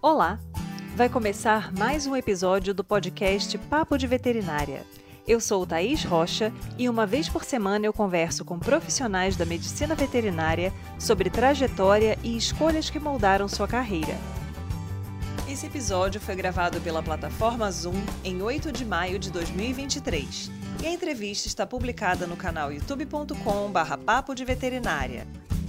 Olá! Vai começar mais um episódio do podcast Papo de Veterinária. Eu sou Thaís Rocha e uma vez por semana eu converso com profissionais da medicina veterinária sobre trajetória e escolhas que moldaram sua carreira. Esse episódio foi gravado pela plataforma Zoom em 8 de maio de 2023 e a entrevista está publicada no canal youtube.com/papo de veterinária.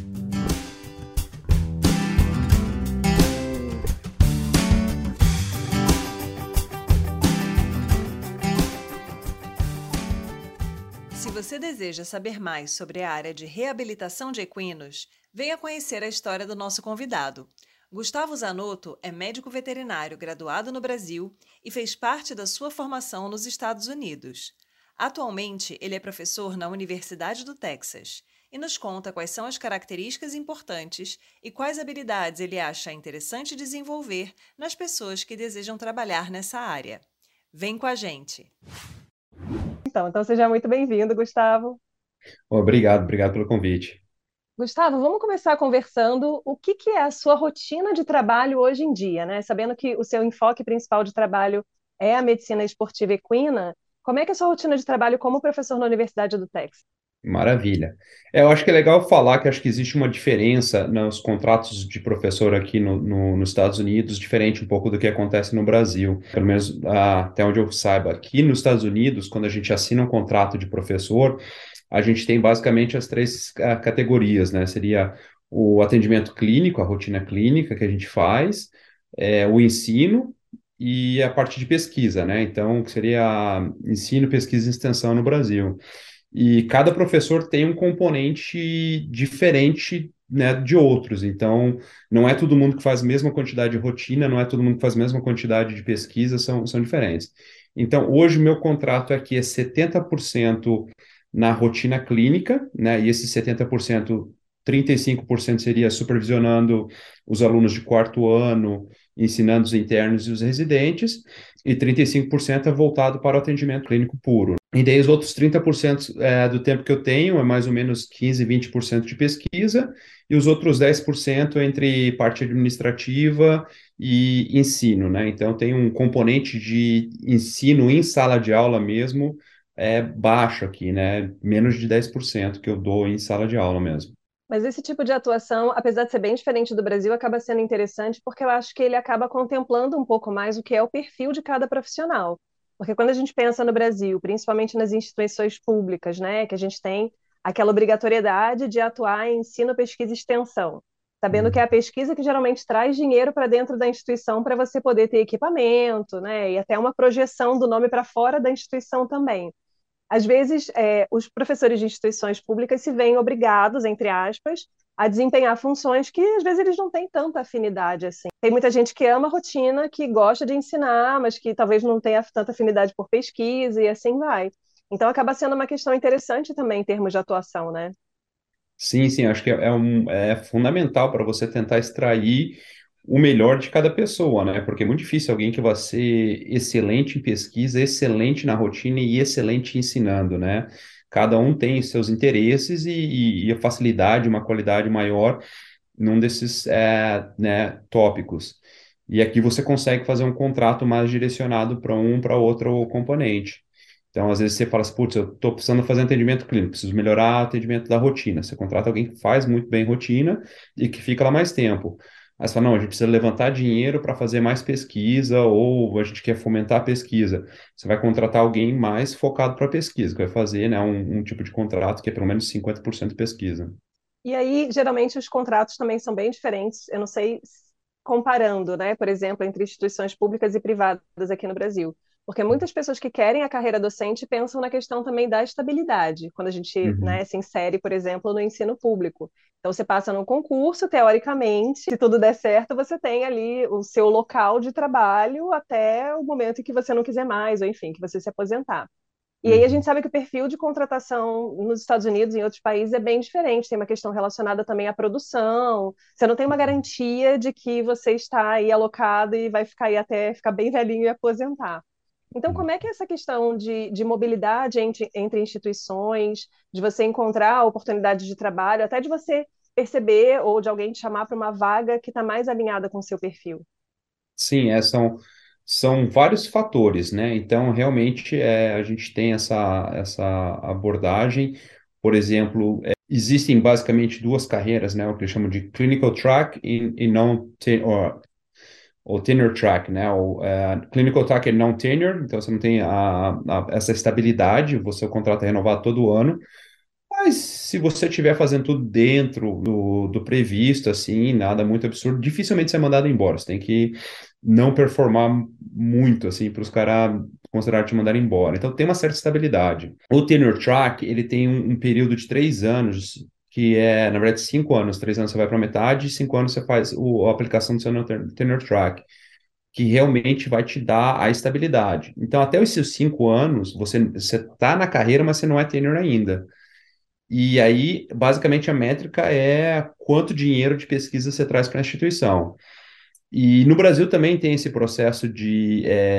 Se você deseja saber mais sobre a área de reabilitação de equinos, venha conhecer a história do nosso convidado. Gustavo Zanotto é médico veterinário graduado no Brasil e fez parte da sua formação nos Estados Unidos. Atualmente, ele é professor na Universidade do Texas e nos conta quais são as características importantes e quais habilidades ele acha interessante desenvolver nas pessoas que desejam trabalhar nessa área. Vem com a gente! Então seja muito bem-vindo, Gustavo. Obrigado pelo convite. Gustavo, vamos começar conversando o que é a sua rotina de trabalho hoje em dia, né? Sabendo que o seu enfoque principal de trabalho é a medicina esportiva equina, como é que é a sua rotina de trabalho como professor na Universidade do Texas? Maravilha. Eu acho que é legal falar que acho que existe uma diferença nos contratos de professor aqui nos Estados Unidos, diferente um pouco do que acontece no Brasil. Pelo menos até onde eu saiba, aqui nos Estados Unidos, quando a gente assina um contrato de professor, a gente tem basicamente as três categorias, né? Seria o atendimento clínico, a rotina clínica que a gente faz, o ensino e a parte de pesquisa, né? Então, que seria ensino, pesquisa e extensão no Brasil. E cada professor tem um componente diferente, né, de outros. Então, não é todo mundo que faz a mesma quantidade de rotina, não é todo mundo que faz a mesma quantidade de pesquisa, são diferentes. Então, hoje, meu contrato aqui é 70% na rotina clínica, né, e esse 70%, 35% seria supervisionando os alunos de quarto ano, ensinando os internos e os residentes, e 35% é voltado para o atendimento clínico puro. E daí os outros 30% do tempo que eu tenho é mais ou menos 15, 20% de pesquisa, e os outros 10% entre parte administrativa e ensino, né? Então tem um componente de ensino em sala de aula mesmo, baixo aqui, né? Menos de 10% que eu dou em sala de aula mesmo. Mas esse tipo de atuação, apesar de ser bem diferente do Brasil, acaba sendo interessante porque eu acho que ele acaba contemplando um pouco mais o que é o perfil de cada profissional. Porque quando a gente pensa no Brasil, principalmente nas instituições públicas, né, que a gente tem aquela obrigatoriedade de atuar em ensino, pesquisa e extensão, sabendo que é a pesquisa que geralmente traz dinheiro para dentro da instituição para você poder ter equipamento, né, e até uma projeção do nome para fora da instituição também. Às vezes, os professores de instituições públicas se veem obrigados, entre aspas, a desempenhar funções que às vezes eles não têm tanta afinidade assim. Tem muita gente que ama a rotina, que gosta de ensinar, mas que talvez não tenha tanta afinidade por pesquisa e assim vai. Então acaba sendo uma questão interessante também em termos de atuação, né? Sim, acho que é fundamental para você tentar extrair o melhor de cada pessoa, né? Porque é muito difícil alguém que vai ser excelente em pesquisa, excelente na rotina e excelente ensinando, né? Cada um tem seus interesses e a facilidade, uma qualidade maior num desses né, tópicos. E aqui você consegue fazer um contrato mais direcionado para outro componente. Então, às vezes você fala assim, putz, eu estou precisando fazer atendimento clínico, preciso melhorar o atendimento da rotina. Você contrata alguém que faz muito bem rotina e que fica lá mais tempo. Aí você fala, não, a gente precisa levantar dinheiro para fazer mais pesquisa ou a gente quer fomentar a pesquisa. Você vai contratar alguém mais focado para pesquisa, que vai fazer, né, um tipo de contrato que é pelo menos 50% pesquisa. E aí, geralmente, os contratos também são bem diferentes. Eu não sei, comparando, né, por exemplo, entre instituições públicas e privadas aqui no Brasil. Porque muitas pessoas que querem a carreira docente pensam na questão também da estabilidade, quando a gente, né, Uhum. se insere, por exemplo, no ensino público. Então, você passa num concurso, teoricamente, se tudo der certo, você tem ali o seu local de trabalho até o momento em que você não quiser mais, ou enfim, que você se aposentar. E aí a gente Uhum. sabe que o perfil de contratação nos Estados Unidos e em outros países é bem diferente. Tem uma questão relacionada também à produção. Você não tem uma garantia de que você está aí alocado e vai ficar aí até ficar bem velhinho e aposentar. Então, como é que é essa questão de mobilidade entre instituições, de você encontrar oportunidades de trabalho, até de você perceber ou de alguém te chamar para uma vaga que está mais alinhada com o seu perfil? Sim, são vários fatores, né? Então, realmente, a gente tem essa abordagem. Por exemplo, existem basicamente duas carreiras, né? O que eles chamam de clinical track e não ou tenure track, né? Clinical track é não tenure, então você não tem essa estabilidade, o contrato é renovado todo ano. Mas se você estiver fazendo tudo dentro do previsto, assim, nada muito absurdo, dificilmente você é mandado embora. Você tem que não performar muito, assim, para os caras considerarem te mandar embora. Então tem uma certa estabilidade. O tenure track, ele tem um período de 3 anos, que é, na verdade, 5 anos. 3 anos você vai para metade, 5 anos você faz a aplicação do seu tenure track, que realmente vai te dar a estabilidade. Então, até os seus 5 anos, você está na carreira, mas você não é tenure ainda. E aí, basicamente, a métrica é quanto dinheiro de pesquisa você traz para a instituição. E no Brasil também tem esse processo de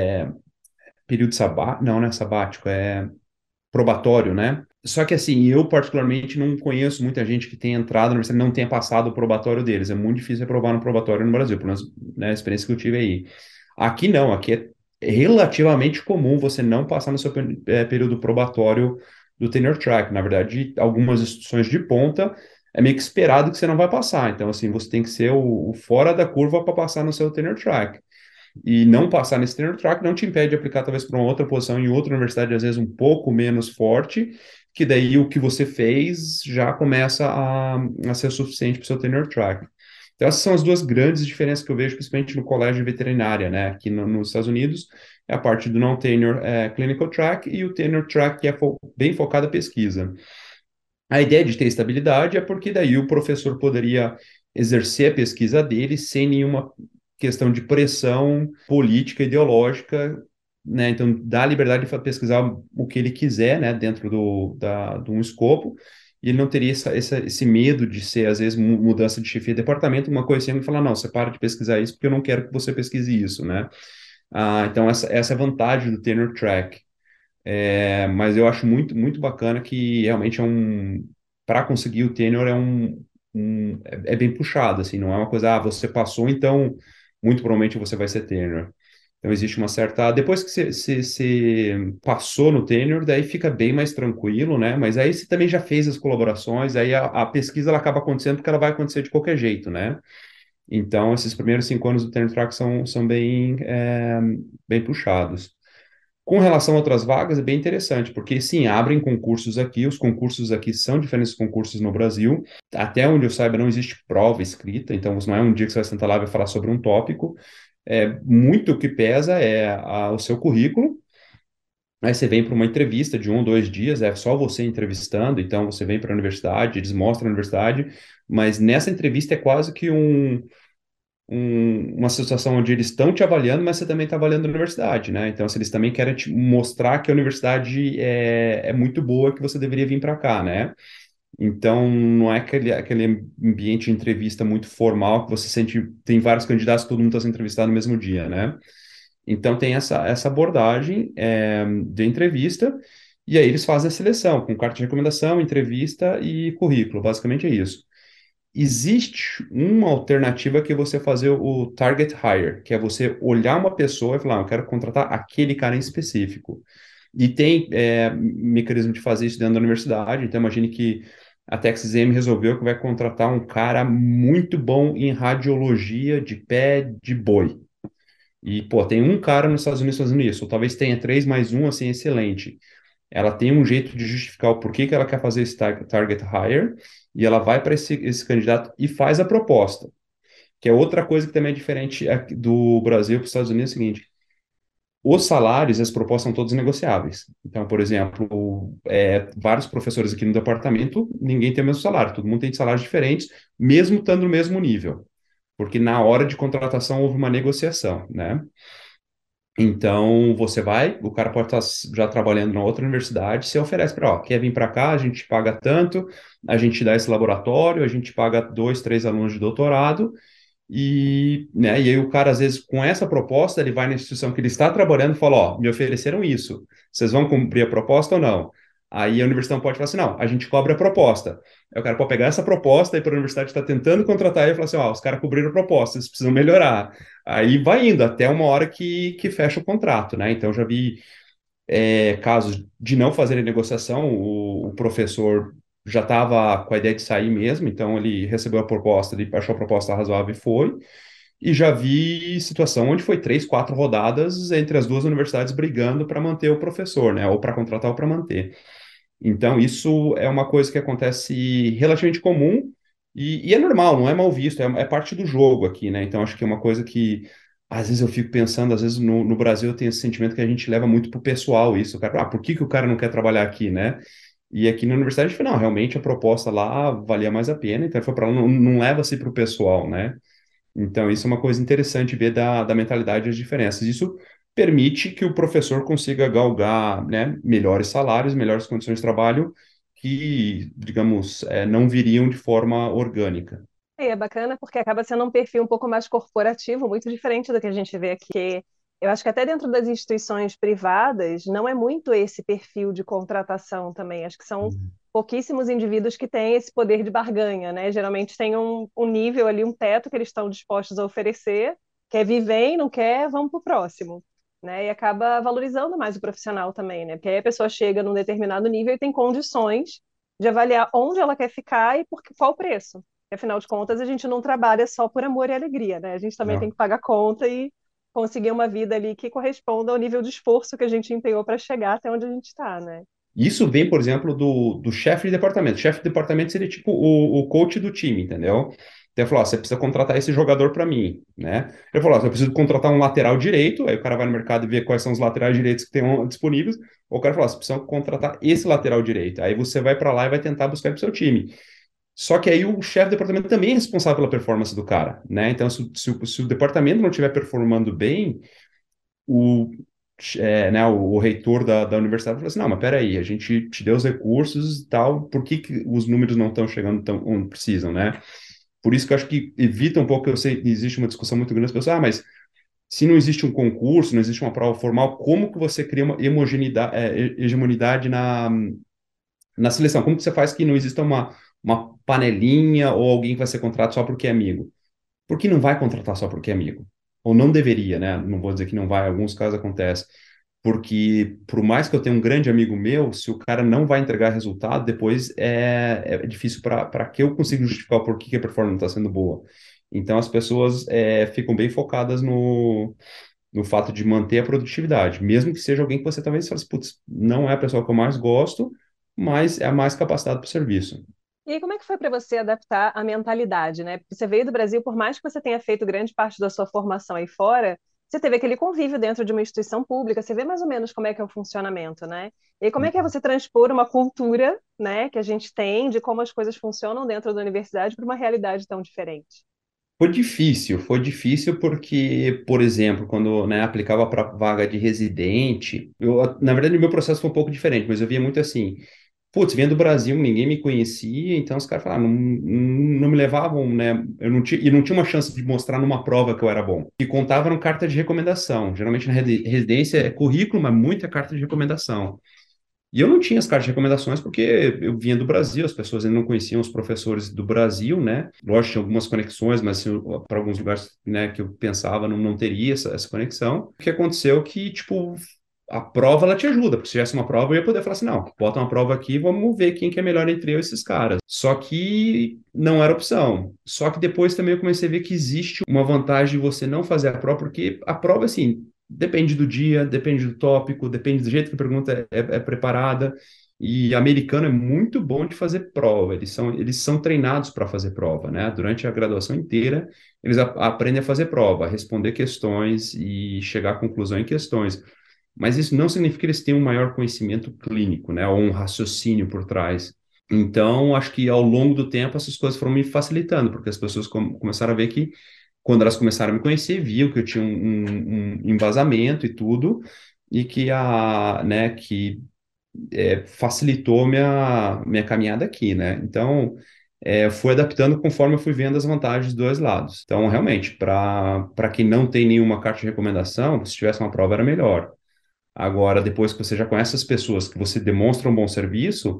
período sabático, não é sabático, é probatório, né? Só que assim, eu particularmente não conheço muita gente que tenha entrado na universidade e não tenha passado o probatório deles. É muito difícil aprovar no probatório no Brasil, pelo menos, né, a experiência que eu tive aí. Aqui não, aqui é relativamente comum você não passar no seu período probatório do tenure track. Na verdade, algumas instituições de ponta é meio que esperado que você não vai passar. Então, assim, você tem que ser o fora da curva para passar no seu tenure track. E não passar nesse tenure track não te impede de aplicar talvez para uma outra posição em outra universidade, às vezes um pouco menos forte, que daí o que você fez já começa a ser suficiente para o seu tenure track. Então, essas são as duas grandes diferenças que eu vejo, principalmente no colégio de veterinária, né? Aqui nos Estados Unidos, é a parte do não-tenure clinical track e o tenure track que é bem focado em pesquisa. A ideia de ter estabilidade é porque daí o professor poderia exercer a pesquisa dele sem nenhuma questão de pressão política, ideológica, né? Então, dá a liberdade de pesquisar o que ele quiser, né, dentro de um escopo, e ele não teria esse medo de ser, às vezes, mudança de chefia de departamento, uma coisa assim, e falar, não, você para de pesquisar isso porque eu não quero que você pesquise isso, né? Então, essa é a vantagem do tenure track. Mas eu acho muito, muito bacana que realmente para conseguir o tenure é bem puxado, assim, não é uma coisa, você passou, então muito provavelmente você vai ser tenure. Então existe uma certa, depois que você passou no tenure, daí fica bem mais tranquilo, né? Mas aí você também já fez as colaborações, aí a pesquisa ela acaba acontecendo porque ela vai acontecer de qualquer jeito, né? Então esses primeiros 5 anos do tenure track são bem puxados. Com relação a outras vagas, é bem interessante, porque sim, abrem concursos aqui, os concursos aqui são diferentes dos concursos no Brasil. Até onde eu saiba, não existe prova escrita, então não é um dia que você vai sentar lá e vai falar sobre um tópico. Muito o que pesa é o seu currículo. Aí você vem para uma entrevista de 1 ou 2 dias, é só você entrevistando, então você vem para a universidade, eles mostram a universidade, mas nessa entrevista é quase que uma situação onde eles estão te avaliando, mas você também está avaliando a universidade, né? Então, se eles também querem te mostrar que a universidade é muito boa, que você deveria vir para cá, né? Então, não é aquele ambiente de entrevista muito formal que você sente, tem vários candidatos, todo mundo está sendo entrevistado no mesmo dia, né? Então, tem essa abordagem de entrevista, e aí eles fazem a seleção, com carta de recomendação, entrevista e currículo, basicamente é isso. Existe uma alternativa que é você fazer o target hire, que é você olhar uma pessoa e falar, eu quero contratar aquele cara em específico. E tem mecanismo de fazer isso dentro da universidade, então imagine que a Texas A&M resolveu que vai contratar um cara muito bom em radiologia de pé de boi. E, pô, tem um cara nos Estados Unidos fazendo isso, ou talvez tenha três mais um, assim, excelente. Ela tem um jeito de justificar o porquê que ela quer fazer esse target hire, e ela vai para esse candidato e faz a proposta. Que é outra coisa que também é diferente do Brasil para os Estados Unidos, é o seguinte, os salários, as propostas são todos negociáveis. Então, por exemplo, vários professores aqui no departamento, ninguém tem o mesmo salário, todo mundo tem salários diferentes, mesmo estando no mesmo nível. Porque na hora de contratação houve uma negociação, né? Então, você vai, o cara pode estar já trabalhando na outra universidade, você oferece para, ó, quer vir para cá, a gente paga tanto, a gente dá esse laboratório, a gente paga 2, 3 alunos de doutorado, né, e aí o cara, às vezes, com essa proposta, ele vai na instituição que ele está trabalhando e fala, ó, me ofereceram isso, vocês vão cumprir a proposta ou não? Aí a universidade pode falar assim, não, a gente cobra a proposta. Aí o cara pode pegar essa proposta e para a universidade estar tentando contratar e falar assim, ó, os caras cobriram a proposta, eles precisam melhorar. Aí vai indo até uma hora que fecha o contrato, né? Então já vi casos de não fazerem negociação, o professor já estava com a ideia de sair mesmo, então ele recebeu a proposta, ele achou a proposta razoável e foi. E já vi situação onde foi 3, 4 rodadas entre as duas universidades brigando para manter o professor, né? Ou para contratar ou para manter. Então, isso é uma coisa que acontece relativamente comum e é normal, não é mal visto, é parte do jogo aqui, né? Então, acho que é uma coisa que, às vezes, eu fico pensando, às vezes no Brasil eu tenho esse sentimento que a gente leva muito pro pessoal isso, cara, por que que o cara não quer trabalhar aqui, né? E aqui na universidade, a gente fala, não, realmente a proposta lá valia mais a pena, então ele foi para lá, não leva-se pro pessoal, né? Então, isso é uma coisa interessante ver da mentalidade e as diferenças. Isso permite que o professor consiga galgar, né, melhores salários, melhores condições de trabalho que, digamos, não viriam de forma orgânica. É bacana porque acaba sendo um perfil um pouco mais corporativo, muito diferente do que a gente vê aqui. Eu acho que até dentro das instituições privadas não é muito esse perfil de contratação também. Acho que são pouquíssimos indivíduos que têm esse poder de barganha, né? Geralmente tem um nível ali, um teto que eles estão dispostos a oferecer. Quer viver, não quer, vamos para o próximo. Né? E acaba valorizando mais o profissional também, né? Porque aí a pessoa chega num determinado nível e tem condições de avaliar onde ela quer ficar e por qual preço. Afinal de contas, a gente não trabalha só por amor e alegria, né? A gente também tem Não. que pagar conta e conseguir uma vida ali que corresponda ao nível de esforço que a gente empenhou para chegar até onde a gente está, né? Isso vem, por exemplo, do chefe de departamento. O chefe de departamento seria tipo o coach do time, entendeu? Então ele falou, ó, você precisa contratar esse jogador para mim, né? Ele falou, ó, eu preciso contratar um lateral direito, aí o cara vai no mercado e vê quais são os laterais direitos que tem disponíveis, ou o cara falou, ó, você precisa contratar esse lateral direito. Aí você vai para lá e vai tentar buscar para o seu time. Só que aí o chefe do departamento também é responsável pela performance do cara, né? Então, se o departamento não estiver performando bem, o, né, o reitor da universidade falou assim, não, mas peraí, a gente te deu os recursos e tal, por que que os números não estão chegando tão onde precisam, né? Por isso que eu acho que evita um pouco, eu sei que existe uma discussão muito grande, as pessoas, mas se não existe um concurso, não existe uma prova formal, como que você cria uma hegemonidade na seleção? Como que você faz que não exista uma panelinha ou alguém que vai ser contratado só porque é amigo? Porque não vai contratar só porque é amigo. Ou não deveria, né? Não vou dizer que não vai, em alguns casos acontece. Porque, por mais que eu tenha um grande amigo meu, se o cara não vai entregar resultado, depois é difícil para que eu consiga justificar o porquê que a performance não está sendo boa. Então, as pessoas ficam bem focadas no fato de manter a produtividade, mesmo que seja alguém que você talvez fale, assim, putz, não é a pessoa que eu mais gosto, mas é a mais capacitada para o serviço. E aí, como é que foi para você adaptar a mentalidade, né? Porque você veio do Brasil, por mais que você tenha feito grande parte da sua formação aí fora, você teve aquele convívio dentro de uma instituição pública, você vê mais ou menos como é que é o funcionamento, né? E aí, como é você transpor uma cultura, né, que a gente tem de como as coisas funcionam dentro da universidade para uma realidade tão diferente? Foi difícil porque, por exemplo, quando, né, aplicava para vaga de residente, na verdade, o meu processo foi um pouco diferente, mas eu via muito assim, putz, vinha do Brasil, ninguém me conhecia, então os caras falaram, não me levavam, né, eu não tinha, e não tinha uma chance de mostrar numa prova que eu era bom. E contava no carta de recomendação, geralmente na residência é currículo, mas muita carta de recomendação. E eu não tinha as cartas de recomendações porque eu vinha do Brasil, as pessoas ainda não conheciam os professores do Brasil, né? Lógico, tinha algumas conexões, mas assim, para alguns lugares, né, que eu pensava não teria essa conexão. O que aconteceu é que, tipo, a prova ela te ajuda, porque se tivesse uma prova eu ia poder falar assim, não, bota uma prova aqui, vamos ver quem que é melhor entre eu e esses caras. Só que não era opção. Só que depois também eu comecei a ver que existe uma vantagem de você não fazer a prova, porque a prova, assim, depende do dia, depende do tópico, depende do jeito que a pergunta é preparada. E americano é muito bom de fazer prova, eles são treinados para fazer prova, né? Durante a graduação inteira, eles aprendem a fazer prova, a responder questões e chegar à conclusão em questões. Mas isso não significa que eles tenham um maior conhecimento clínico, né? Ou um raciocínio por trás. Então, acho que ao longo do tempo essas coisas foram me facilitando, porque as pessoas começaram a ver que quando elas começaram a me conhecer, viu que eu tinha um embasamento e tudo, e que facilitou minha caminhada aqui, né? Então, fui adaptando conforme eu fui vendo as vantagens dos dois lados. Então, realmente, para quem não tem nenhuma carta de recomendação, se tivesse uma prova era melhor. Agora, depois que você já conhece as pessoas, que você demonstra um bom serviço,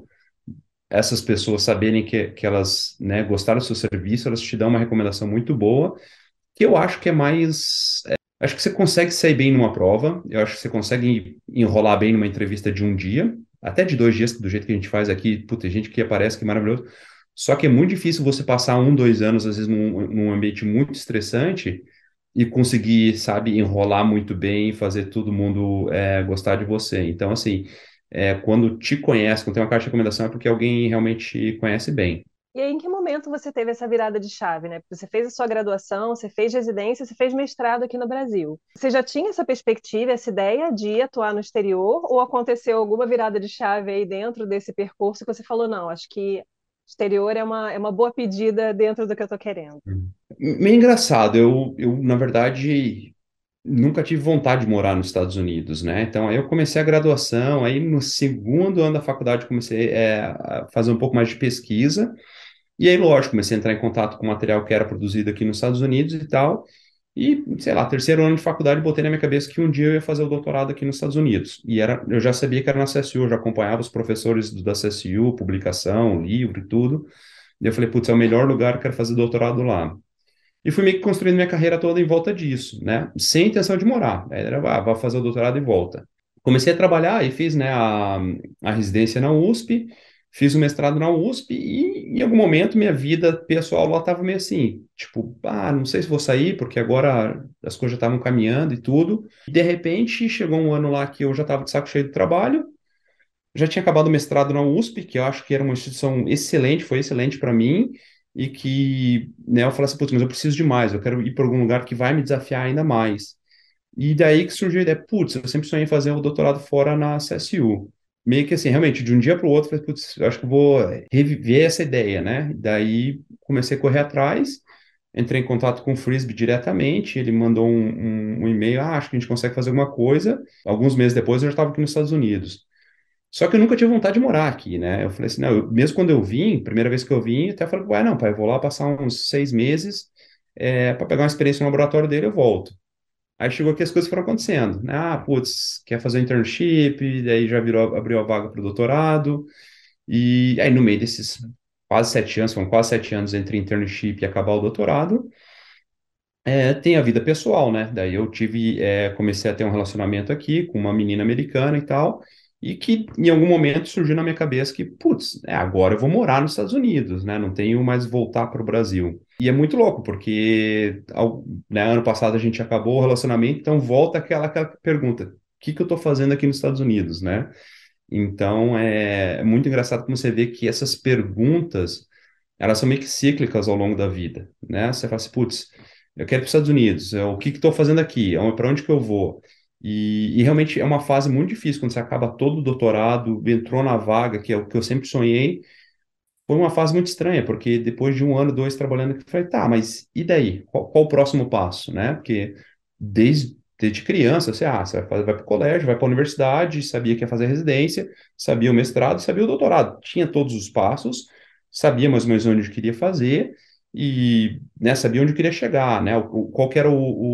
essas pessoas saberem que elas, né, gostaram do seu serviço, elas te dão uma recomendação muito boa, que eu acho que é mais. Acho que você consegue sair bem numa prova, eu acho que você consegue enrolar bem numa entrevista de um dia, até de 2 dias, do jeito que a gente faz aqui. Puta, tem gente que aparece que é maravilhoso. Só que é muito difícil você passar 1, 2 anos, às vezes, num ambiente muito estressante e conseguir, sabe, enrolar muito bem e fazer todo mundo gostar de você. Então, assim, quando te conhece, quando tem uma carta de recomendação, é porque alguém realmente te conhece bem. E aí, em que momento você teve essa virada de chave, né? Porque você fez a sua graduação, você fez residência, você fez mestrado aqui no Brasil. Você já tinha essa perspectiva, essa ideia de atuar no exterior, ou aconteceu alguma virada de chave aí dentro desse percurso que você falou, não, acho que exterior é uma boa pedida dentro do que eu estou querendo? Meio engraçado, na verdade, nunca tive vontade de morar nos Estados Unidos, né? Então, aí eu comecei a graduação, aí no segundo ano da faculdade comecei a fazer um pouco mais de pesquisa, e aí, lógico, comecei a entrar em contato com material que era produzido aqui nos Estados Unidos e tal, e, sei lá, terceiro ano de faculdade, botei na minha cabeça que um dia eu ia fazer o doutorado aqui nos Estados Unidos, eu já sabia que era na CSU, eu já acompanhava os professores da CSU, publicação, livro e tudo, e eu falei, putz, é o melhor lugar, eu quero fazer doutorado lá. E fui meio que construindo minha carreira toda em volta disso, né? Sem intenção de morar. Era, vou fazer o doutorado e volta. Comecei a trabalhar e fiz, né, a residência na USP, fiz o mestrado na USP e em algum momento minha vida pessoal lá estava meio assim, tipo, não sei se vou sair porque agora as coisas já estavam caminhando e tudo. E de repente chegou um ano lá que eu já estava de saco cheio do trabalho, já tinha acabado o mestrado na USP, que eu acho que era uma instituição excelente, foi excelente para mim, e que, né, eu falei assim, putz, mas eu preciso de mais, eu quero ir para algum lugar que vai me desafiar ainda mais. E daí que surgiu a ideia, putz, eu sempre sonhei em fazer o doutorado fora na CSU. Meio que assim, realmente, de um dia para o outro, eu falei, putz, eu acho que eu vou reviver essa ideia, né? Daí comecei a correr atrás, entrei em contato com o Frisbee diretamente, ele mandou um e-mail, acho que a gente consegue fazer alguma coisa. Alguns meses depois eu já estava aqui nos Estados Unidos. Só que eu nunca tive vontade de morar aqui, né? Eu falei assim, não, mesmo quando eu vim, primeira vez que eu vim, eu até falei, ué, não, pai, eu vou lá passar uns 6 meses para pegar uma experiência no laboratório dele, eu volto. Aí chegou aqui as coisas foram acontecendo, né? Putz, quer fazer um internship, daí já abriu a vaga para o doutorado, e aí no meio desses quase 7 anos, foram quase 7 anos entre internship e acabar o doutorado, tem a vida pessoal, né? Daí eu comecei a ter um relacionamento aqui com uma menina americana e tal, e que em algum momento surgiu na minha cabeça que, putz, agora eu vou morar nos Estados Unidos, né? Não tenho mais voltar para o Brasil. E é muito louco, porque né, ano passado a gente acabou o relacionamento, então volta aquela pergunta: o que que eu estou fazendo aqui nos Estados Unidos, né? Então é muito engraçado como você vê que essas perguntas elas são meio que cíclicas ao longo da vida, né? Você fala assim, putz, eu quero ir para os Estados Unidos, o que que estou fazendo aqui? Para onde que eu vou? E realmente é uma fase muito difícil quando você acaba todo o doutorado, entrou na vaga, que é o que eu sempre sonhei. Foi uma fase muito estranha, porque depois de 1 ano, 2 trabalhando aqui, eu falei, tá, mas e daí? Qual o próximo passo, né? Porque desde criança, você vai para o colégio, vai para a universidade, sabia que ia fazer residência, sabia o mestrado, sabia o doutorado. Tinha todos os passos, sabia mais ou menos onde eu queria fazer e, né, sabia onde eu queria chegar, né? Qual que era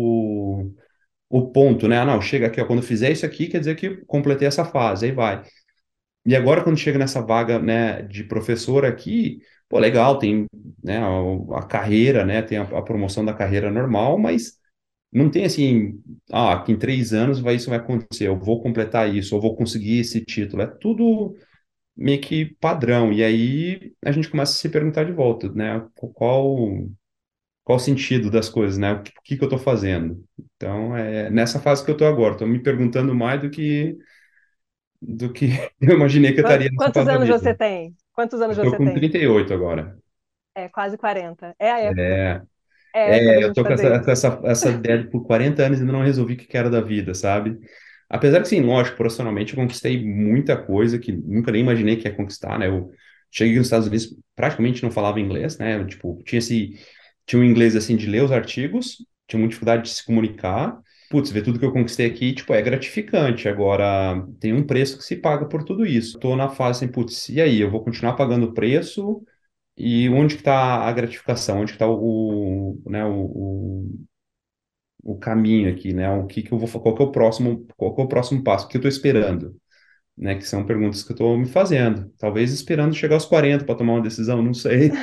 o ponto, né? Não, chega aqui, ó, quando eu fizer isso aqui, quer dizer que completei essa fase, aí vai. E agora, quando chega nessa vaga, né, de professor aqui, pô, legal, tem, né, a carreira, né, tem a promoção da carreira normal, mas não tem assim, que em 3 anos isso vai acontecer, eu vou completar isso, eu vou conseguir esse título. É tudo meio que padrão. E aí a gente começa a se perguntar de volta, né, qual o sentido das coisas, né, o que que eu estou fazendo. Então, é nessa fase que eu estou agora, estou me perguntando mais do que eu imaginei que eu estaria nessa Quantos fase da anos vida. você tem? Quantos anos Estou você com tem? 38 agora. É, quase 40. É a época. É, É a época da eu gente tô com fazer essa, com isso. essa, essa ideia por 40 anos e ainda não resolvi o que quero da vida, sabe? Apesar que, sim, lógico, profissionalmente eu conquistei muita coisa que nunca nem imaginei que ia conquistar, né? Eu cheguei nos Estados Unidos, praticamente não falava inglês, né? Eu, tipo, tinha um inglês, assim, de ler os artigos, tinha muita dificuldade de se comunicar. Putz, ver tudo que eu conquistei aqui, tipo, é gratificante. Agora, tem um preço que se paga por tudo isso. Tô na fase assim, putz, e aí? Eu vou continuar pagando o preço? E onde que está a gratificação? Onde que está né, o caminho aqui, né? O que que eu vou, qual que é o próximo passo? O que eu estou esperando, né? Que são perguntas que eu estou me fazendo. Talvez esperando chegar aos 40 para tomar uma decisão, não sei.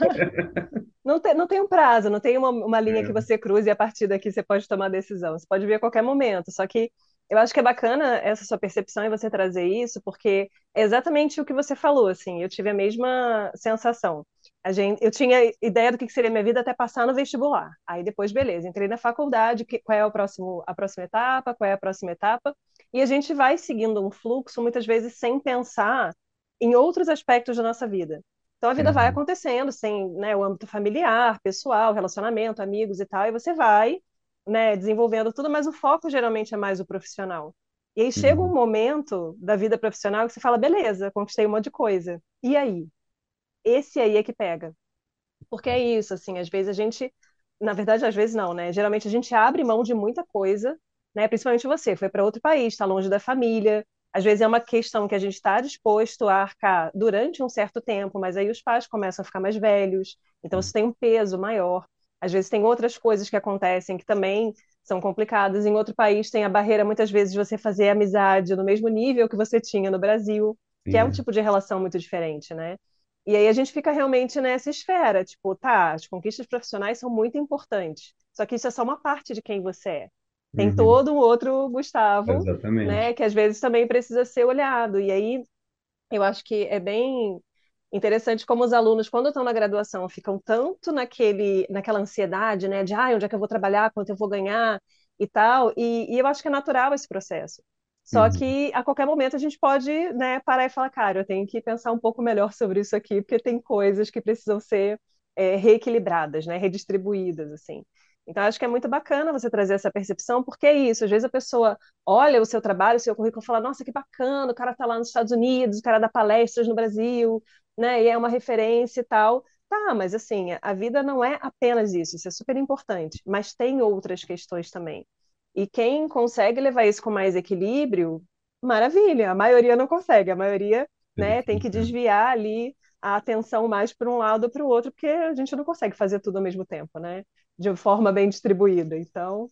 Não tem um prazo, não tem uma linha que É. você cruze e a partir daqui você pode tomar a decisão. Você pode vir a qualquer momento. Só que eu acho que é bacana essa sua percepção e você trazer isso, porque é exatamente o que você falou, assim. Eu tive a mesma sensação. Eu tinha ideia do que seria minha vida até passar no vestibular. Aí depois, beleza, entrei na faculdade, qual é a próxima etapa, qual é a próxima etapa, e a gente vai seguindo um fluxo, muitas vezes sem pensar em outros aspectos da nossa vida. Então a vida vai Uhum, acontecendo, sem, né, o âmbito familiar, pessoal, relacionamento, amigos e tal, e você vai, né, desenvolvendo tudo, mas o foco geralmente é mais o profissional. E aí chega um uhum, momento da vida profissional que você fala, beleza, conquistei um monte de coisa. E aí? Esse aí é que pega. Porque é isso, assim, às vezes a gente, na verdade, às vezes não, né? Geralmente a gente abre mão de muita coisa, né? Principalmente você, foi para outro país, está longe da família. Às vezes é uma questão que a gente está disposto a arcar durante um certo tempo, mas aí os pais começam a ficar mais velhos, então isso tem um peso maior. Às vezes tem outras coisas que acontecem que também são complicadas. Em outro país tem a barreira, muitas vezes, de você fazer amizade no mesmo nível que você tinha no Brasil, que é um sim, tipo de relação muito diferente, né? E aí a gente fica realmente nessa esfera, tipo, tá, as conquistas profissionais são muito importantes, só que isso é só uma parte de quem você é. Tem uhum, todo um outro Gustavo, né, exatamente. que às vezes também precisa ser olhado. E aí eu acho que é bem interessante como os alunos, quando estão na graduação, ficam tanto naquela ansiedade, né, de onde é que eu vou trabalhar, quanto eu vou ganhar e tal, e eu acho que é natural esse processo. Só Uhum, que a qualquer momento a gente pode, né, parar e falar, cara, eu tenho que pensar um pouco melhor sobre isso aqui, porque tem coisas que precisam ser reequilibradas, né, redistribuídas, assim. Então, acho que é muito bacana você trazer essa percepção, porque é isso, às vezes a pessoa olha o seu trabalho, o seu currículo e fala, nossa, que bacana, o cara está lá nos Estados Unidos, o cara dá palestras no Brasil, né, e é uma referência e tal. Tá, mas assim, a vida não é apenas isso é super importante, mas tem outras questões também. E quem consegue levar isso com mais equilíbrio, maravilha. A maioria não consegue, a maioria, é né, tem que difícil. desviar ali a atenção mais para um lado ou para o outro, porque a gente não consegue fazer tudo ao mesmo tempo, né? De forma bem distribuída. Então,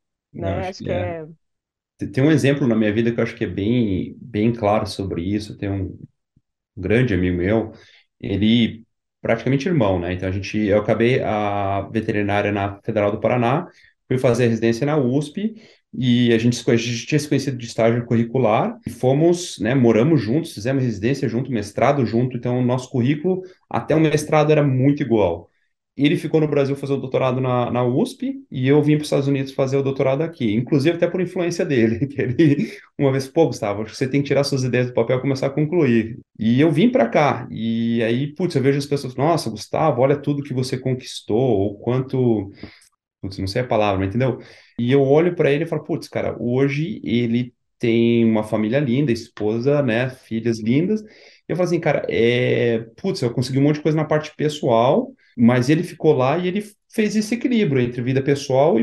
Eu né, acho acho que que é. é. Tem um exemplo na minha vida que eu acho que é bem, bem claro sobre isso. Tem um grande amigo meu, ele praticamente irmão, né? Então eu acabei a veterinária na Federal do Paraná, fui fazer a residência na USP e a gente tinha se conhecido de estágio curricular e fomos, né, moramos juntos, fizemos residência junto, mestrado junto, então o nosso currículo até o mestrado era muito igual. Ele ficou no Brasil fazer o doutorado na USP e eu vim para os Estados Unidos fazer o doutorado aqui, inclusive até por influência dele, que ele uma vez, pô, Gustavo, acho que você tem que tirar suas ideias do papel e começar a concluir. E eu vim para cá, e aí, putz, eu vejo as pessoas, nossa, Gustavo, olha tudo que você conquistou, o quanto, putz, não sei a palavra, mas entendeu? E eu olho para ele e falo, putz, cara, hoje ele tem uma família linda, esposa, né, filhas lindas. E eu falo assim, cara, putz, eu consegui um monte de coisa na parte pessoal, mas ele ficou lá e ele fez esse equilíbrio entre vida pessoal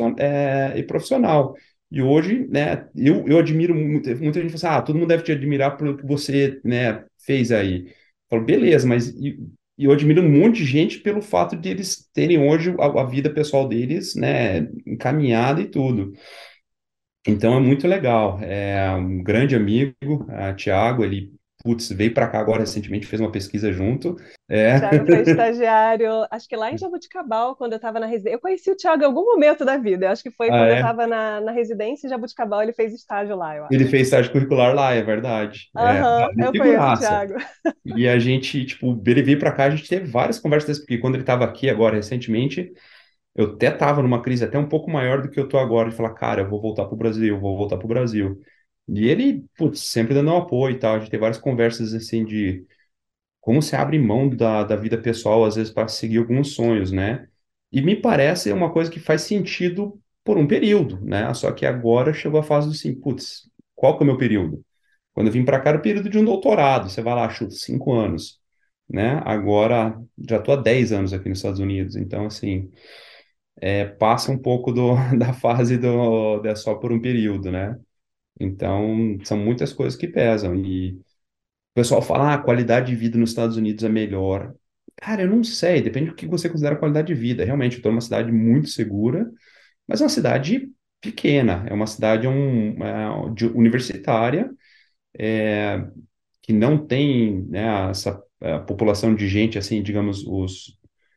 e profissional. E hoje, né, eu admiro muito, muita gente fala assim, todo mundo deve te admirar pelo que você, né, fez aí. Eu falo, beleza, mas e eu admiro um monte de gente pelo fato de eles terem hoje a vida pessoal deles, né, encaminhada e tudo. Então é muito legal. É um grande amigo, Tiago, ele, putz, veio para cá agora recentemente, fez uma pesquisa junto. É, Thiago foi estagiário, acho que lá em Jabuticabal, quando eu estava na residência. Eu conheci o Thiago em algum momento da vida. Eu acho que foi ah, quando eu é. estava na residência em Jabuticabal, ele fez estágio lá, eu Ele acho. fez estágio curricular lá, é verdade. Aham, Uma eu conheço o figuraça. Thiago. E a gente, tipo, ele veio para cá, a gente teve várias conversas, porque quando ele estava aqui agora recentemente, eu até estava numa crise até um pouco maior do que eu tô agora, de falar, cara, eu vou voltar pro Brasil, eu vou voltar pro Brasil. E ele, putz, sempre dando um apoio e tal. A gente teve várias conversas assim de como se abre mão da vida pessoal, às vezes, para seguir alguns sonhos, né? E me parece uma coisa que faz sentido por um período, né? Só que agora chegou a fase do assim, putz, qual que é o meu período? Quando eu vim para cá era o período de um doutorado, você vai lá, chuta, 5 anos, né? Agora já estou há 10 anos aqui nos Estados Unidos, então, assim, passa um pouco da fase é só por um período, né? Então, são muitas coisas que pesam. E o pessoal fala, a qualidade de vida nos Estados Unidos é melhor. Cara, eu não sei, depende do que você considera qualidade de vida. Realmente, eu estou numa cidade muito segura, mas é uma cidade pequena, é uma cidade universitária, é, que não tem, né, essa população de gente, assim, digamos, os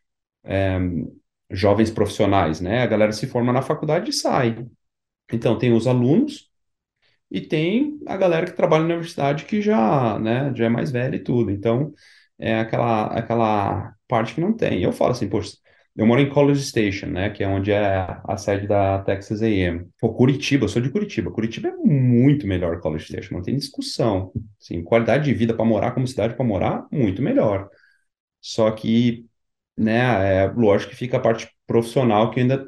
jovens profissionais, né? A galera se forma na faculdade e sai. Então, tem os alunos e tem a galera que trabalha na universidade que já, né, já é mais velha e tudo. Então, é aquela parte que não tem. Eu falo assim, poxa, eu moro em College Station, né, que é onde é a sede da Texas A&M. Pô, Curitiba, eu sou de Curitiba. Curitiba é muito melhor que College Station, não tem discussão. Assim, qualidade de vida para morar, como cidade para morar, muito melhor. Só que, né, lógico que fica a parte profissional que ainda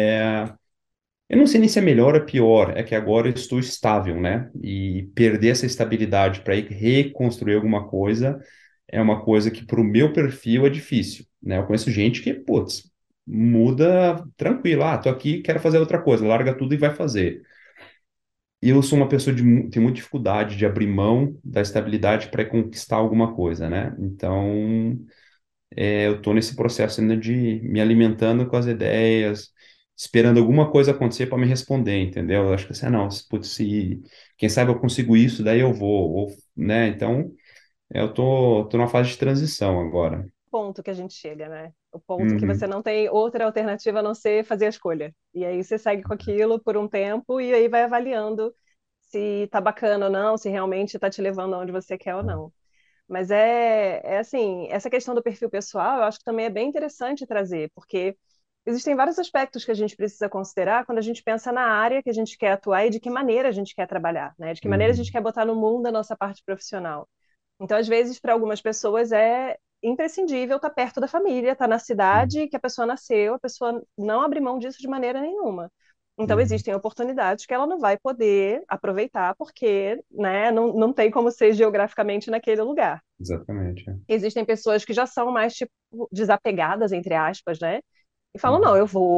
eu não sei nem se é melhor ou pior, é que agora eu estou estável, né? E perder essa estabilidade para ir reconstruir alguma coisa é uma coisa que para o meu perfil é difícil, né? Eu conheço gente que, putz, muda tranquilo, tô aqui, quero fazer outra coisa, larga tudo e vai fazer. E eu sou uma pessoa tenho muita dificuldade de abrir mão da estabilidade para conquistar alguma coisa, né? Então, eu estou nesse processo ainda de me alimentando com as ideias, esperando alguma coisa acontecer para me responder, entendeu? Eu acho que assim, não, putz, se quem sabe eu consigo isso, daí eu vou, ou, né? Então, eu tô numa fase de transição agora. Ponto que a gente chega, né? O ponto que você Uhum, não tem outra alternativa a não ser fazer a escolha. E aí você segue com aquilo por um tempo e aí vai avaliando se tá bacana ou não, se realmente tá te levando aonde você quer ou não. Mas é assim, essa questão do perfil pessoal, eu acho que também é bem interessante trazer, porque existem vários aspectos que a gente precisa considerar quando a gente pensa na área que a gente quer atuar e de que maneira a gente quer trabalhar, né? De que maneira a gente uhum, quer botar no mundo a nossa parte profissional. Então, às vezes, para algumas pessoas é imprescindível estar perto da família, estar na cidade que a pessoa nasceu, a pessoa não abre mão disso de maneira nenhuma. Então, uhum, existem oportunidades que ela não vai poder aproveitar porque, né, não tem como ser geograficamente naquele lugar. exatamente. Existem pessoas que já são mais, tipo, desapegadas, entre aspas, né? E falam, não, Uhum,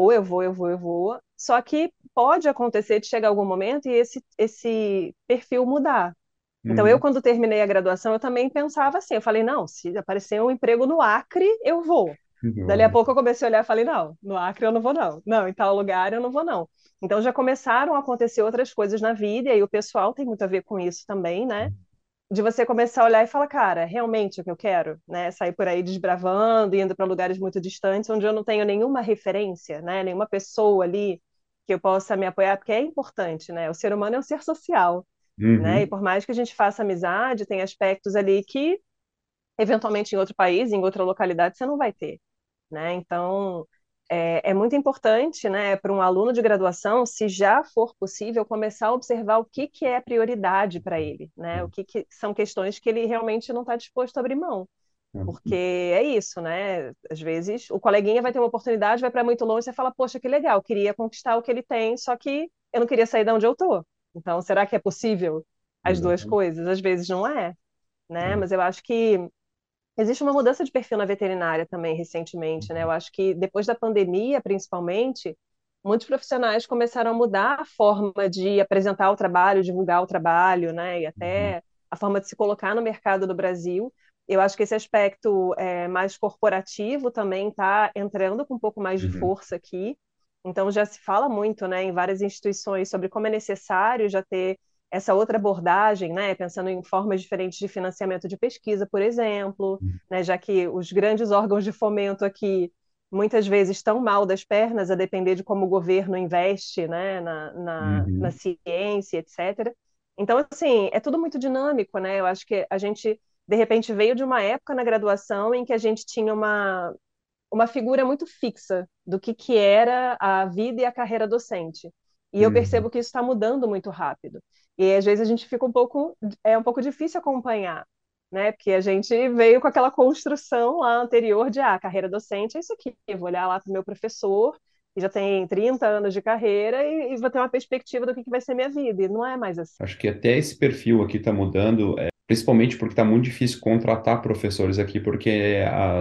eu vou. Só que pode acontecer de chegar algum momento e esse perfil mudar. Então, eu, uhum, quando terminei a graduação, eu também pensava assim, eu falei, não, se aparecer um emprego no Acre, eu vou. Dali a uhum, pouco eu comecei a olhar e falei, não, no Acre eu não vou não. Não, em tal lugar eu não vou não. Então, já começaram a acontecer outras coisas na vida, e aí o pessoal tem muito a ver com isso também, né? De você começar a olhar e falar, cara, realmente é o que eu quero, né? Sair por aí desbravando, indo para lugares muito distantes, onde eu não tenho nenhuma referência, né? Nenhuma pessoa ali que eu possa me apoiar, porque é importante, né? O ser humano é um ser social, né? E uhum, por mais que a gente faça amizade, tem aspectos ali que, eventualmente, em outro país, em outra localidade, você não vai ter, né? Então, é muito importante, né, para um aluno de graduação, se já for possível, começar a observar o que que é prioridade para ele, né? O que são questões que ele realmente não está disposto a abrir mão. Porque uhum, é isso, né? Às vezes o coleguinha vai ter uma oportunidade, vai para muito longe, você fala, poxa, que legal, queria conquistar o que ele tem, só que eu não queria sair de onde eu tô. Então, será que é possível as duas exatamente. coisas? Às vezes não é, né? É. Mas eu acho que existe uma mudança de perfil na veterinária também recentemente, né? Eu acho que depois da pandemia, principalmente, muitos profissionais começaram a mudar a forma de apresentar o trabalho, divulgar o trabalho, né? E Uhum, até a forma de se colocar no mercado do Brasil. Eu acho que esse aspecto mais corporativo também está entrando com um pouco mais de uhum, força aqui. Então já se fala muito, né, em várias instituições sobre como é necessário já ter essa outra abordagem, né, pensando em formas diferentes de financiamento de pesquisa, por exemplo, né, já que os grandes órgãos de fomento aqui muitas vezes estão mal das pernas, a depender de como o governo investe, né, na uhum, ciência, etc. Então, assim, é tudo muito dinâmico, né? Eu acho que a gente, de repente, veio de uma época na graduação em que a gente tinha uma figura muito fixa do que era a vida e a carreira docente. E eu uhum. percebo que isso está mudando muito rápido. E às vezes a gente fica é um pouco difícil acompanhar, né? Porque a gente veio com aquela construção lá anterior de, carreira docente é isso aqui. Eu vou olhar lá para o meu professor, que já tem 30 anos de carreira, e vou ter uma perspectiva do que vai ser minha vida. E não é mais assim. Acho que até esse perfil aqui está mudando, principalmente porque está muito difícil contratar professores aqui, porque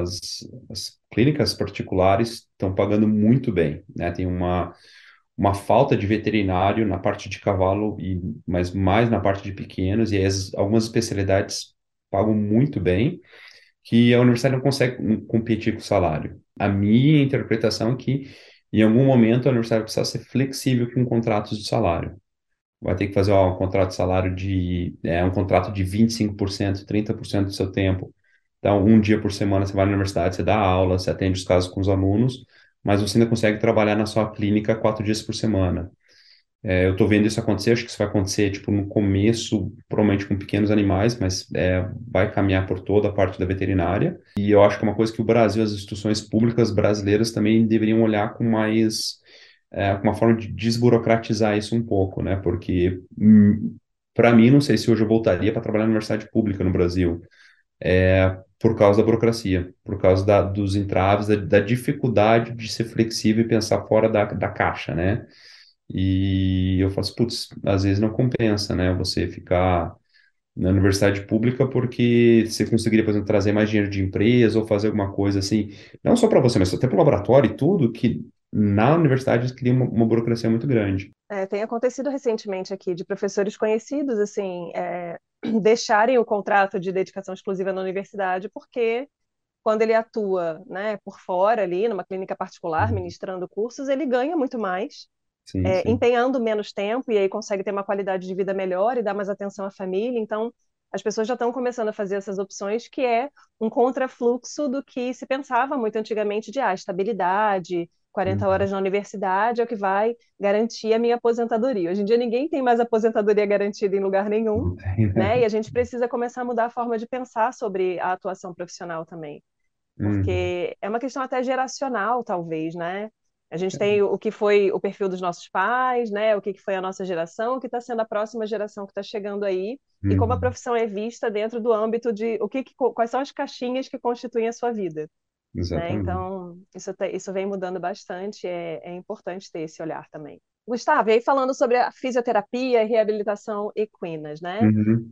as clínicas particulares estão pagando muito bem, né? Tem uma falta de veterinário na parte de cavalo, mas mais na parte de pequenos, e algumas especialidades pagam muito bem, que a universidade não consegue competir com o salário. A minha interpretação é que em algum momento a universidade vai precisar ser flexível com contratos de salário. Vai ter que fazer ó, um contrato de salário um contrato de 25%, 30% do seu tempo. Então, um dia por semana você vai na universidade, você dá aula, você atende os casos com os alunos, mas você ainda consegue trabalhar na sua clínica 4 dias por semana. Eu estou vendo isso acontecer, acho que isso vai acontecer, tipo, no começo, provavelmente com pequenos animais, mas vai caminhar por toda a parte da veterinária. E eu acho que é uma coisa que o Brasil, as instituições públicas brasileiras também deveriam olhar com mais, com uma forma de desburocratizar isso um pouco, né? Porque, para mim, não sei se hoje eu voltaria para trabalhar na universidade pública no Brasil, por causa da burocracia, por causa dos entraves, da dificuldade de ser flexível e pensar fora da caixa, né? E eu faço, putz, às vezes não compensa, né? Você ficar na universidade pública porque você conseguiria, por exemplo, trazer mais dinheiro de empresa ou fazer alguma coisa assim, não só para você, mas até para o laboratório e tudo, que na universidade cria uma burocracia muito grande. Tem acontecido recentemente aqui de professores conhecidos, assim, deixarem o contrato de dedicação exclusiva na universidade porque quando ele atua, né, por fora ali, numa clínica particular, Uhum. ministrando cursos, ele ganha muito mais, Sim, sim. empenhando menos tempo e aí consegue ter uma qualidade de vida melhor e dar mais atenção à família. Então, as pessoas já estão começando a fazer essas opções, que é um contrafluxo do que se pensava muito antigamente de estabilidade, 40 Uhum. horas na universidade é o que vai garantir a minha aposentadoria. Hoje em dia ninguém tem mais aposentadoria garantida em lugar nenhum, Não tem, né? né? E a gente precisa começar a mudar a forma de pensar sobre a atuação profissional também, Uhum. porque é uma questão até geracional, talvez, né? A gente tem o que foi o perfil dos nossos pais, né? O que foi a nossa geração, o que está sendo a próxima geração que está chegando aí, e como a Uhum. profissão é vista dentro do âmbito de quais são as caixinhas que constituem a sua vida, né? Exatamente. Então, isso vem mudando bastante, é importante ter esse olhar também. Gustavo, e aí falando sobre a fisioterapia e reabilitação equinas, né? Uhum.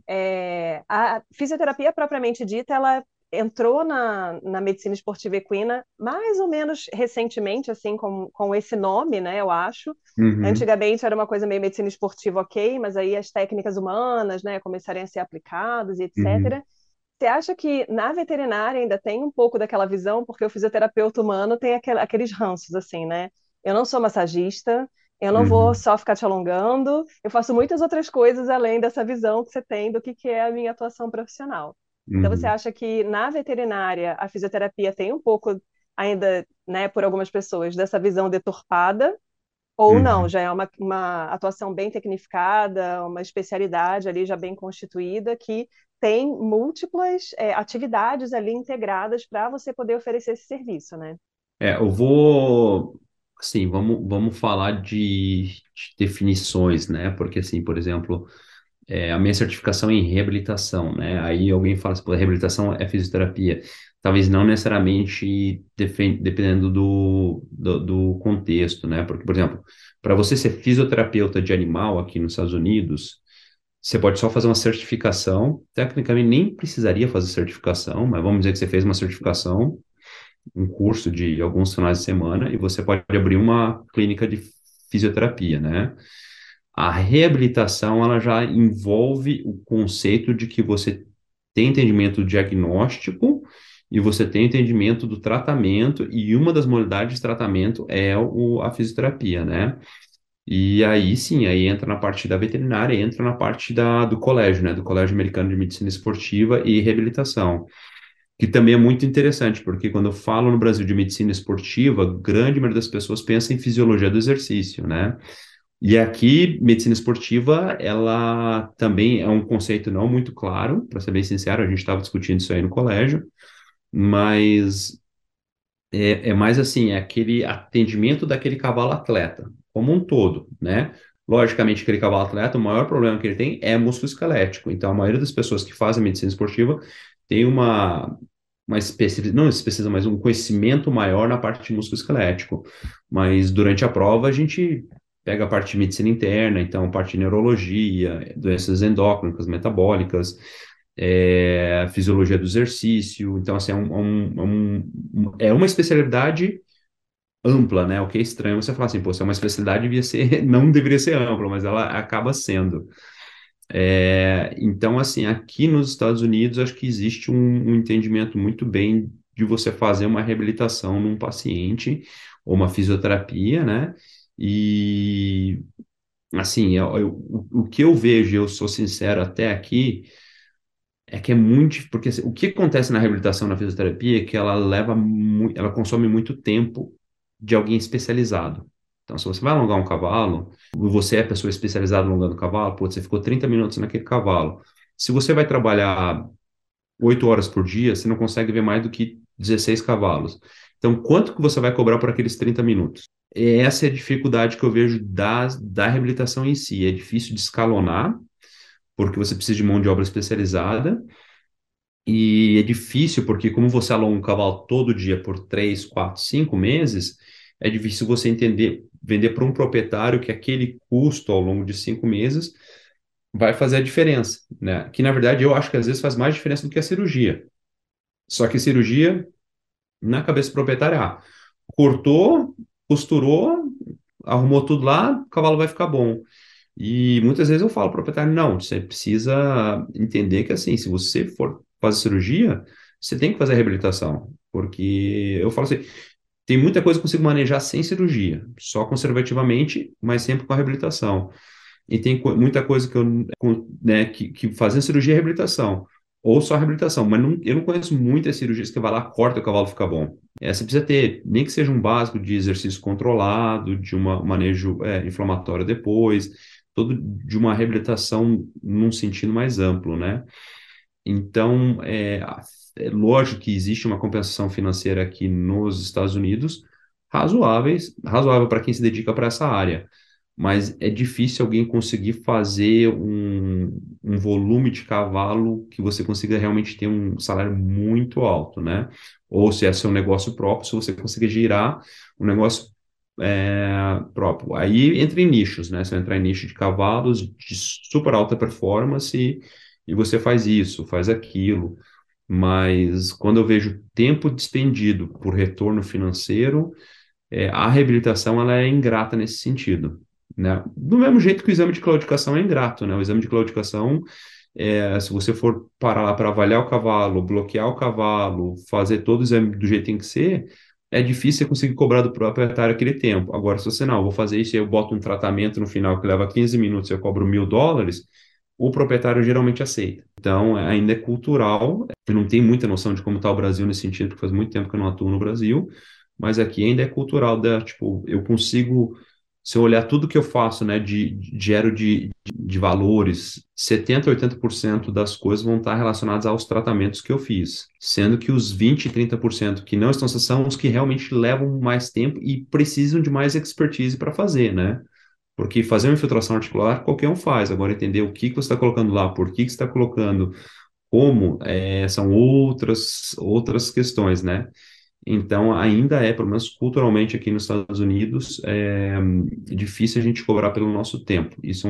A fisioterapia propriamente dita, ela entrou na medicina esportiva equina mais ou menos recentemente, assim, com esse nome, né, eu acho. Uhum. Antigamente era uma coisa meio medicina esportiva, ok, mas aí as técnicas humanas, né, começarem a ser aplicadas e Uhum. etc. Você acha que na veterinária ainda tem um pouco daquela visão, porque o fisioterapeuta humano tem aqueles ranços, assim, né? Eu não sou massagista, eu não vou Uhum. só ficar te alongando, eu faço muitas outras coisas além dessa visão que você tem do que é a minha atuação profissional. Então, você Uhum. acha que na veterinária a fisioterapia tem um pouco ainda, né, por algumas pessoas, dessa visão deturpada, ou não, Uhum. já é uma atuação bem tecnificada, uma especialidade ali já bem constituída, que tem múltiplas atividades ali integradas para você poder oferecer esse serviço, né? Eu vou, assim, vamos falar de definições, né? Porque, assim, por exemplo, a minha certificação é em reabilitação, né? Aí alguém fala assim, pô, reabilitação é fisioterapia. Talvez não necessariamente dependendo do contexto, né? Porque, por exemplo, para você ser fisioterapeuta de animal aqui nos Estados Unidos, você pode só fazer uma certificação. Tecnicamente, nem precisaria fazer certificação, mas vamos dizer que você fez uma certificação, um curso de alguns finais de semana, e você pode abrir uma clínica de fisioterapia, né? A reabilitação, ela já envolve o conceito de que você tem entendimento diagnóstico e você tem entendimento do tratamento, e uma das modalidades de tratamento é a fisioterapia, né? E aí sim, aí entra na parte da veterinária, entra na parte do colégio, né? Do Colégio Americano de Medicina Esportiva e Reabilitação, que também é muito interessante, porque quando eu falo no Brasil de medicina esportiva, a grande maioria das pessoas pensa em fisiologia do exercício, né? E aqui, medicina esportiva, ela também é um conceito não muito claro, para ser bem sincero, a gente estava discutindo isso aí no colégio, mas é mais assim, é aquele atendimento daquele cavalo atleta, como um todo, né? Logicamente, aquele cavalo atleta, o maior problema que ele tem é músculo esquelético. Então, a maioria das pessoas que fazem medicina esportiva tem uma espécie, não específica, mas um conhecimento maior na parte de músculo esquelético. Mas durante a prova, a gente pega a parte de medicina interna, então, parte de neurologia, doenças endócrinas, metabólicas, fisiologia do exercício. Então, assim, é uma especialidade ampla, né? O que é estranho você falar assim, pô, se é uma especialidade, devia ser, não deveria ser ampla, mas ela acaba sendo. Então, assim, aqui nos Estados Unidos, acho que existe um entendimento muito bem de você fazer uma reabilitação num paciente, ou uma fisioterapia, né? E, assim, o que eu vejo, eu sou sincero até aqui, é que é muito, porque assim, o que acontece na reabilitação, na fisioterapia, é que ela ela consome muito tempo de alguém especializado. Então, se você vai alongar um cavalo, você é pessoa especializada alongando o cavalo, pô, você ficou 30 minutos naquele cavalo. Se você vai trabalhar 8 horas por dia, você não consegue ver mais do que 16 cavalos. Então, quanto que você vai cobrar por aqueles 30 minutos? Essa é a dificuldade que eu vejo da reabilitação em si. É difícil de escalonar, porque você precisa de mão de obra especializada, e é difícil porque, como você alonga um cavalo todo dia por 3, 4, 5 meses, é difícil você entender, vender para um proprietário que aquele custo ao longo de 5 meses vai fazer a diferença, né? Que, na verdade, eu acho que às vezes faz mais diferença do que a cirurgia. Só que cirurgia, na cabeça do proprietário, cortou, costurou, arrumou tudo lá, o cavalo vai ficar bom. E muitas vezes eu falo para o proprietário, não, você precisa entender que assim, se você for fazer cirurgia, você tem que fazer a reabilitação. Porque eu falo assim, tem muita coisa que eu consigo manejar sem cirurgia, só conservativamente, mas sempre com a reabilitação. E tem muita coisa que né, que fazendo cirurgia é reabilitação, ou só reabilitação, mas eu não conheço muitas cirurgias que vai lá, corta e o cavalo fica bom. Você precisa ter, nem que seja um básico de exercício controlado, de um manejo inflamatório depois, todo de uma reabilitação num sentido mais amplo, né? Então, é lógico que existe uma compensação financeira aqui nos Estados Unidos, razoável para quem se dedica para essa área, mas é difícil alguém conseguir fazer um volume de cavalo que você consiga realmente ter um salário muito alto, né? Ou se é seu negócio próprio, se você conseguir girar um negócio próprio. Aí entra em nichos, né? Você entra em nicho de cavalos de super alta performance e você faz isso, faz aquilo. Mas quando eu vejo tempo despendido por retorno financeiro, a reabilitação ela é ingrata nesse sentido, né? Do mesmo jeito que o exame de claudicação é ingrato, né? O exame de claudicação, se você for parar lá para avaliar o cavalo, bloquear o cavalo, fazer todo o exame do jeito que tem que ser, é difícil você conseguir cobrar do proprietário aquele tempo. Agora, se você não, eu vou fazer isso e eu boto um tratamento no final que leva 15 minutos e eu cobro $1.000, o proprietário geralmente aceita. Então, ainda é cultural. Eu não tenho muita noção de como está o Brasil nesse sentido, porque faz muito tempo que eu não atuo no Brasil, mas aqui ainda é cultural, tipo, eu consigo, se eu olhar tudo que eu faço, né, gero de valores, 70, 80% das coisas vão estar relacionadas aos tratamentos que eu fiz, sendo que os 20, 30% que não estão são os que realmente levam mais tempo e precisam de mais expertise para fazer, né? Porque fazer uma infiltração articular qualquer um faz. Agora, entender o que que você está colocando lá, por que que você está colocando, como, são outras questões, né? Então, ainda pelo menos culturalmente aqui nos Estados Unidos, difícil a gente cobrar pelo nosso tempo. Isso é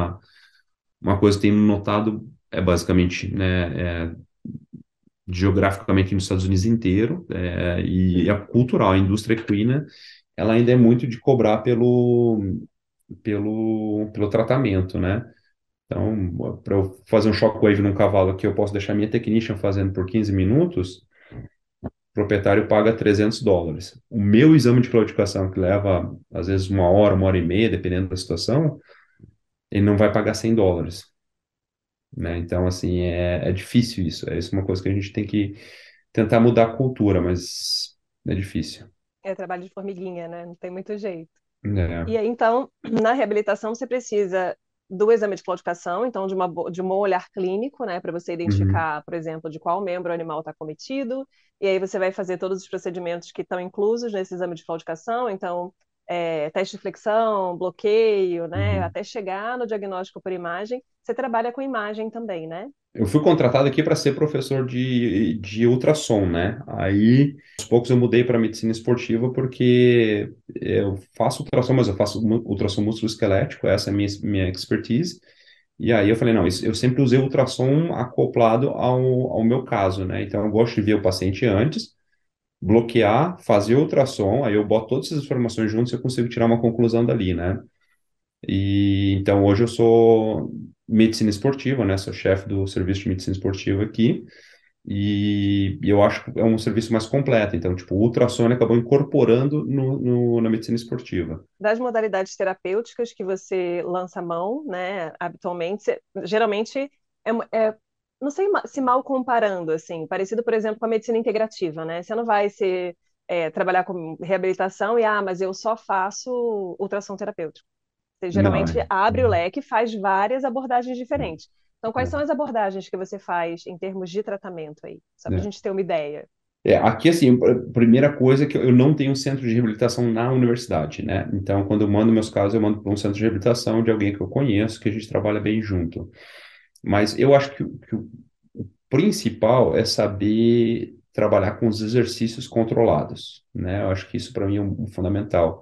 uma coisa que tenho notado, basicamente, né, geograficamente nos Estados Unidos inteiro, e é cultural, a indústria equina, ela ainda é muito de cobrar pelo tratamento, né? Então, para eu fazer um shockwave num cavalo aqui, eu posso deixar minha technician fazendo por 15 minutos, o proprietário paga $300. O meu exame de claudicação, que leva, às vezes, uma hora e meia, dependendo da situação, ele não vai pagar $100, né? Então, assim, é difícil isso. Isso é uma coisa que a gente tem que tentar mudar a cultura, mas é difícil. É trabalho de formiguinha, né? Não tem muito jeito. É. E aí, então, na reabilitação, você precisa do exame de claudicação, então, de um olhar clínico, né, para você Uhum. identificar, por exemplo, de qual membro o animal está cometido, e aí você vai fazer todos os procedimentos que estão inclusos nesse exame de claudicação, então, teste de flexão, bloqueio, né, Uhum. até chegar no diagnóstico por imagem. Você trabalha com imagem também, né? Eu fui contratado aqui para ser professor de ultrassom, né? Aí, aos poucos, eu mudei para medicina esportiva porque eu faço ultrassom, mas eu faço ultrassom músculo-esquelético, essa é a minha expertise. E aí eu falei, não, eu sempre usei ultrassom acoplado ao meu caso, né? Então, eu gosto de ver o paciente antes, bloquear, fazer o ultrassom, aí eu boto todas essas informações juntas e eu consigo tirar uma conclusão dali, né? E então hoje eu sou medicina esportiva, né? Sou chefe do serviço de medicina esportiva aqui. e eu acho que é um serviço mais completo. Então, tipo, o ultrassom ele acabou incorporando na medicina esportiva. Das modalidades terapêuticas que você lança a mão, né, habitualmente, geralmente não sei se mal comparando, assim, parecido, por exemplo, com a medicina integrativa, né? Você não vai trabalhar com reabilitação mas eu só faço ultrassom terapêutico. Você Não, geralmente abre o leque e faz várias abordagens diferentes. Então, quais são as abordagens que você faz em termos de tratamento aí? Só para a é. gente ter uma ideia. Aqui, assim, a primeira coisa é que eu não tenho centro de reabilitação na universidade, né? Então, quando eu mando meus casos, eu mando para um centro de reabilitação de alguém que eu conheço, que a gente trabalha bem junto. Mas eu acho que o principal é saber trabalhar com os exercícios controlados, né? Eu acho que isso para mim é um fundamental.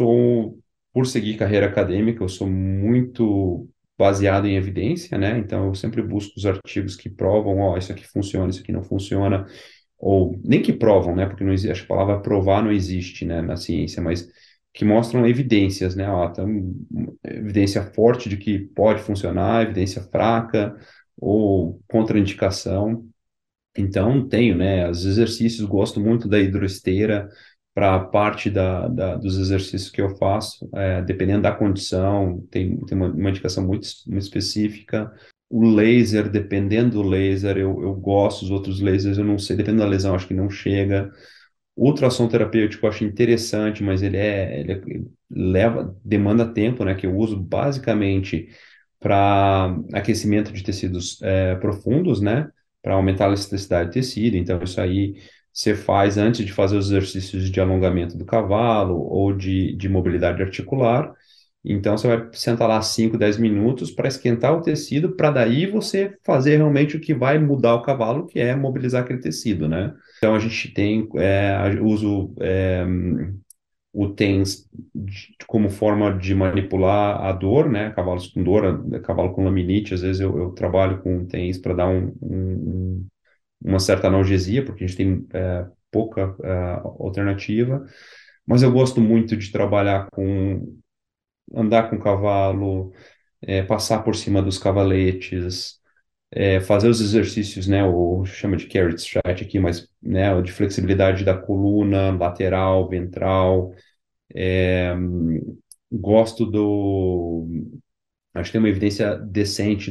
Por seguir carreira acadêmica, eu sou muito baseado em evidência, né? Então, eu sempre busco os artigos que provam, ó, isso aqui funciona, isso aqui não funciona, ou nem que provam, né? Porque não existe, acho que a palavra provar não existe, né, na ciência, mas que mostram evidências, né? Ó, tem evidência forte de que pode funcionar, evidência fraca ou contraindicação. Então, tenho, né? Os exercícios, gosto muito da hidroesteira para parte dos exercícios que eu faço, dependendo da condição, tem uma indicação muito específica. O laser, dependendo do laser, eu gosto, os outros lasers eu não sei, dependendo da lesão, acho que não chega. O ultrassom terapêutico eu acho interessante, mas ele demanda tempo, né? Que eu uso basicamente para aquecimento de tecidos profundos, né? Para aumentar a elasticidade do tecido. Então, isso aí você faz antes de fazer os exercícios de alongamento do cavalo ou de mobilidade articular. Então, você vai sentar lá 5, 10 minutos para esquentar o tecido, para daí você fazer realmente o que vai mudar o cavalo, que é mobilizar aquele tecido, né? Então, a gente tem, uso o TENS como forma de manipular a dor, né? Cavalos com dor, cavalo com laminite, às vezes eu trabalho com o TENS para dar uma certa analgesia, porque a gente tem pouca alternativa. Mas eu gosto muito de trabalhar andar com o cavalo, passar por cima dos cavaletes, fazer os exercícios, né, o chama de carrot stretch aqui, mas, né, o de flexibilidade da coluna, lateral, ventral. Gosto acho que tem uma evidência decente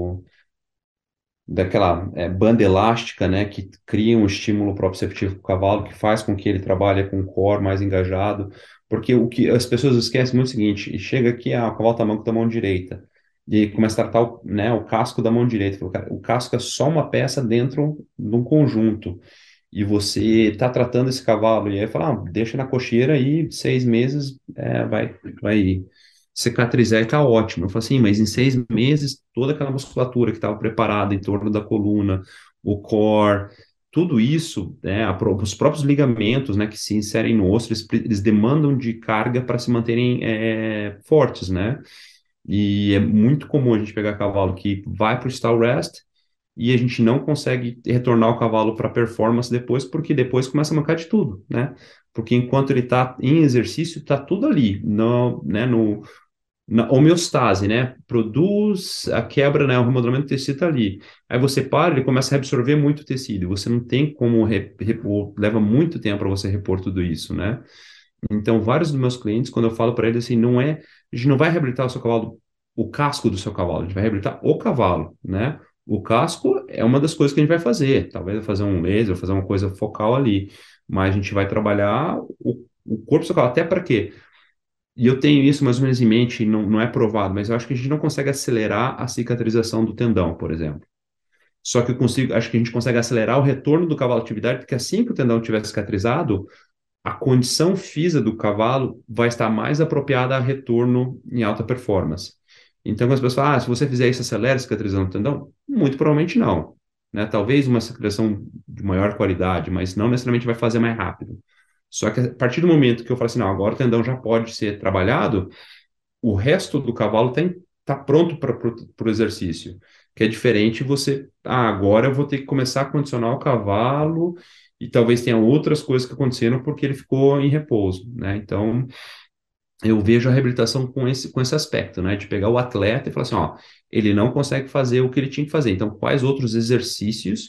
daquela banda elástica, né, que cria um estímulo proprioceptivo para o cavalo, que faz com que ele trabalhe com o core mais engajado, porque o que as pessoas esquecem muito é o seguinte, chega aqui, o cavalo está manco da mão direita, e começa a tratar o casco da mão direita. Fala, "Cara, o casco é só uma peça dentro de um conjunto, e você está tratando esse cavalo, e aí fala, deixa na cocheira e 6 meses vai cicatrizar e tá ótimo. Eu falo assim, mas em 6 meses, toda aquela musculatura que estava preparada em torno da coluna, o core, tudo isso, né, os próprios ligamentos, né, que se inserem no osso, eles demandam de carga para se manterem fortes, né? E é muito comum a gente pegar cavalo que vai para o stall rest e a gente não consegue retornar o cavalo para performance depois, porque depois começa a mancar de tudo, né? Porque enquanto ele está em exercício, está tudo ali, né, na homeostase, né? Produz a quebra, né? O remodelamento do tecido tá ali. Aí você para, ele começa a reabsorver muito tecido. E você não tem como repor, leva muito tempo para você repor tudo isso, né? Então, vários dos meus clientes, quando eu falo para eles assim, a gente não vai reabilitar o seu cavalo, o casco do seu cavalo, a gente vai reabilitar o cavalo, né? O casco é uma das coisas que a gente vai fazer. Talvez vai fazer um laser, fazer uma coisa focal ali. Mas a gente vai trabalhar o corpo do seu cavalo. Até para quê? E eu tenho isso mais ou menos em mente, não é provado, mas eu acho que a gente não consegue acelerar a cicatrização do tendão, por exemplo. Só que acho que a gente consegue acelerar o retorno do cavalo à atividade, porque assim que o tendão tiver cicatrizado, a condição física do cavalo vai estar mais apropriada a retorno em alta performance. Então, quando as pessoas falam, se você fizer isso, acelera a cicatrização do tendão? Muito provavelmente não. Né? Talvez uma cicatrização de maior qualidade, mas não necessariamente vai fazer mais rápido. Só que a partir do momento que eu falo assim, não, agora o tendão já pode ser trabalhado, o resto do cavalo tá pronto para o exercício. Que é diferente você, agora eu vou ter que começar a condicionar o cavalo e talvez tenha outras coisas que aconteceram porque ele ficou em repouso, né? Então, eu vejo a reabilitação com esse aspecto, né? De pegar o atleta e falar assim, ó, ele não consegue fazer o que ele tinha que fazer. Então, quais outros exercícios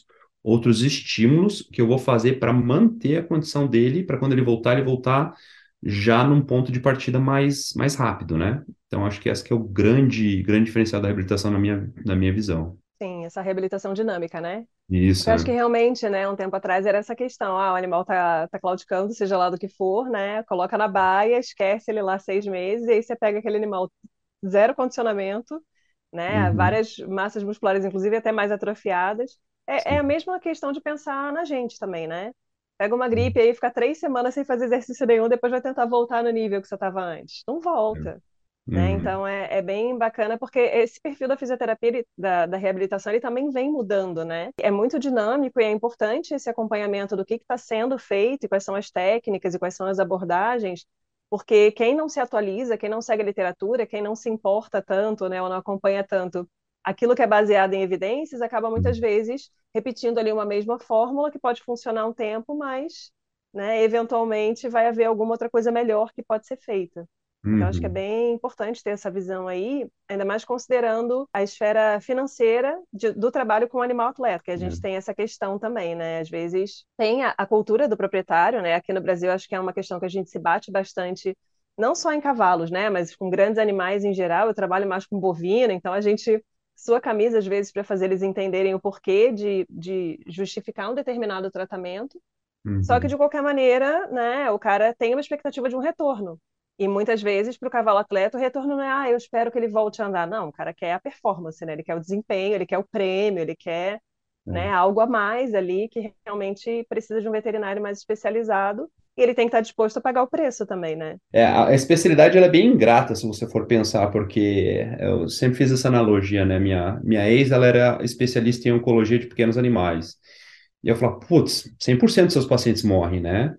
outros estímulos que eu vou fazer para manter a condição dele, para quando ele voltar já num ponto de partida mais rápido, né? Então, acho que esse que é o grande diferencial da reabilitação na minha visão. Sim, essa reabilitação dinâmica, né? Porque Isso, eu acho que é. realmente, né, um tempo atrás era essa questão, o animal tá claudicando, seja lá do que for, né, coloca na baia, esquece ele lá 6 meses, e aí você pega aquele animal zero condicionamento, né, Uhum, várias massas musculares, inclusive até mais atrofiadas. É a sim. mesma questão de pensar na gente também, né? Pega uma gripe aí, fica 3 semanas sem fazer exercício nenhum, depois vai tentar voltar no nível que você estava antes. Não volta. Né? Uhum, Então é bem bacana porque esse perfil da fisioterapia, da reabilitação, ele também vem mudando, né? É muito dinâmico e é importante esse acompanhamento do que está sendo feito e quais são as técnicas e quais são as abordagens, porque quem não se atualiza, quem não segue a literatura, quem não se importa tanto, né, ou não acompanha tanto aquilo que é baseado em evidências, acaba muitas vezes repetindo ali uma mesma fórmula que pode funcionar um tempo, mas, né, eventualmente vai haver alguma outra coisa melhor que pode ser feita. Então, acho que é uhum, bem importante ter essa visão aí, ainda mais considerando a esfera financeira do trabalho com o animal atleta, que a gente tem essa questão também, né? Às vezes tem a cultura do proprietário, né? Aqui no Brasil, acho que é uma questão que a gente se bate bastante, não só em cavalos, né? Mas com grandes animais em geral. Eu trabalho mais com bovino, então a gente sua camisa, às vezes, para fazer eles entenderem o porquê de justificar um determinado tratamento. Só que, uhum. de qualquer maneira, né, o cara tem uma expectativa de um retorno. E muitas vezes, para o cavalo atleta, o retorno não é, eu espero que ele volte a andar. Não, o cara quer a performance, né? Ele quer o desempenho, ele quer o prêmio, ele quer, né, É. algo a mais ali que realmente precisa de um veterinário mais especializado. E ele tem que estar disposto a pagar o preço também, né? A especialidade ela é bem ingrata, se você for pensar, porque eu sempre fiz essa analogia, né? Minha ex, ela era especialista em oncologia de pequenos animais. E eu falava, putz, 100% dos seus pacientes morrem, né?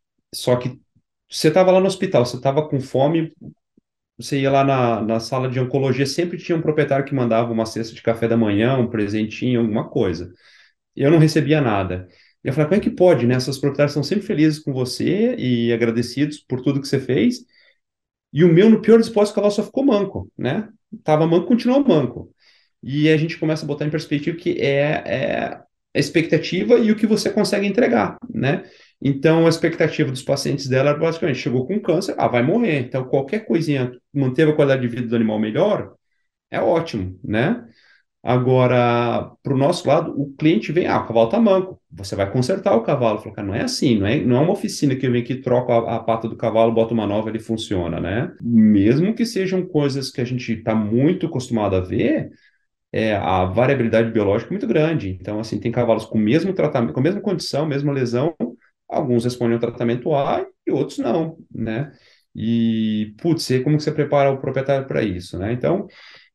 Só que você estava lá no hospital, você estava com fome, você ia lá na sala de oncologia, sempre tinha um proprietário que mandava uma cesta de café da manhã, um presentinho, alguma coisa. E eu não recebia nada. E eu falei, como é que pode, né? Essas proprietários são sempre felizes com você e agradecidos por tudo que você fez. E o meu, no pior dos postos, o cavalo só ficou manco, né? Tava manco, continuou manco. E a gente começa a botar em perspectiva que é a expectativa e o que você consegue entregar, né? Então, a expectativa dos pacientes dela era basicamente, chegou com câncer, vai morrer. Então, qualquer coisinha que manteve a qualidade de vida do animal melhor, é ótimo, né? Agora, para o nosso lado, o cliente vem, o cavalo tá manco, você vai consertar o cavalo. Fala, cara, não é assim, não é uma oficina que eu venho aqui, troco a pata do cavalo, boto uma nova, ele funciona, né? Mesmo que sejam coisas que a gente está muito acostumado a ver, a variabilidade biológica é muito grande. Então, assim, tem cavalos com o mesmo tratamento, com a mesma condição, mesma lesão, alguns respondem ao tratamento A e outros não, né? E, putz, e como que você prepara o proprietário para isso, né? Então,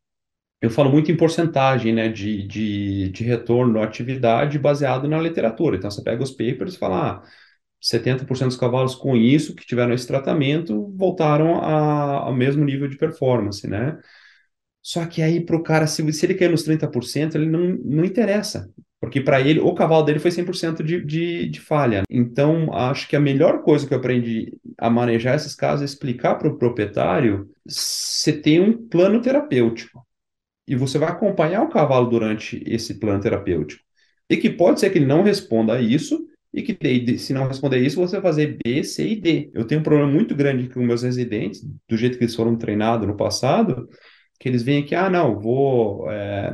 eu falo muito em porcentagem, né, de retorno à atividade baseado na literatura. Então, você pega os papers e fala, 70% dos cavalos com isso, que tiveram esse tratamento, voltaram ao mesmo nível de performance, né? Só que aí, para o cara, se ele cair nos 30%, ele não interessa. Porque para ele, o cavalo dele foi 100% de falha. Então, acho que a melhor coisa que eu aprendi a manejar esses casos é explicar para o proprietário, você tem um plano terapêutico e você vai acompanhar o cavalo durante esse plano terapêutico. E que pode ser que ele não responda a isso, e que se não responder isso, você vai fazer B, C e D. Eu tenho um problema muito grande com meus residentes, do jeito que eles foram treinados no passado, que eles vêm aqui, não, vou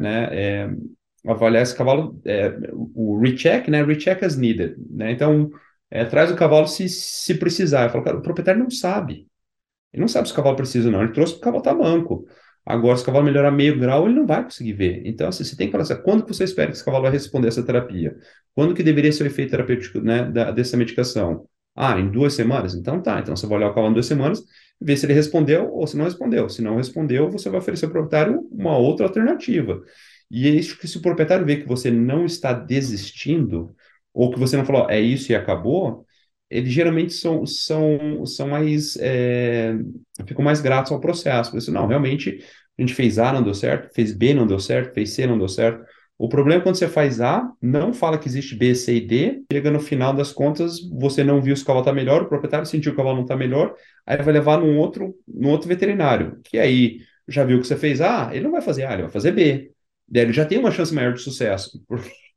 avaliar esse cavalo, o recheck, né? Recheck as needed, né? Então, traz o cavalo se precisar. Eu falo, cara, o proprietário não sabe. Ele não sabe se o cavalo precisa ou não. Ele trouxe porque o cavalo está manco. Agora, se o cavalo melhorar meio grau, ele não vai conseguir ver. Então, assim, você tem que falar assim, quando que você espera que esse cavalo vai responder essa terapia? Quando que deveria ser o efeito terapêutico, né, dessa medicação? Em 2 semanas? Então tá. Então, você vai olhar o cavalo em 2 semanas, ver se ele respondeu ou se não respondeu. Se não respondeu, você vai oferecer ao proprietário uma outra alternativa. E é isso que se o proprietário vê que você não está desistindo, ou que você não falou, é isso e acabou, eles geralmente são mais, ficam mais gratos ao processo. Porque, não, realmente, a gente fez A, não deu certo, fez B, não deu certo, fez C, não deu certo. O problema é quando você faz A, não fala que existe B, C e D, chega no final das contas, você não viu se o cavalo está melhor, o proprietário sentiu que o cavalo não está melhor, aí vai levar num outro veterinário, que aí já viu que você fez A, ele não vai fazer A, ele vai fazer B. Daí ele já tem uma chance maior de sucesso,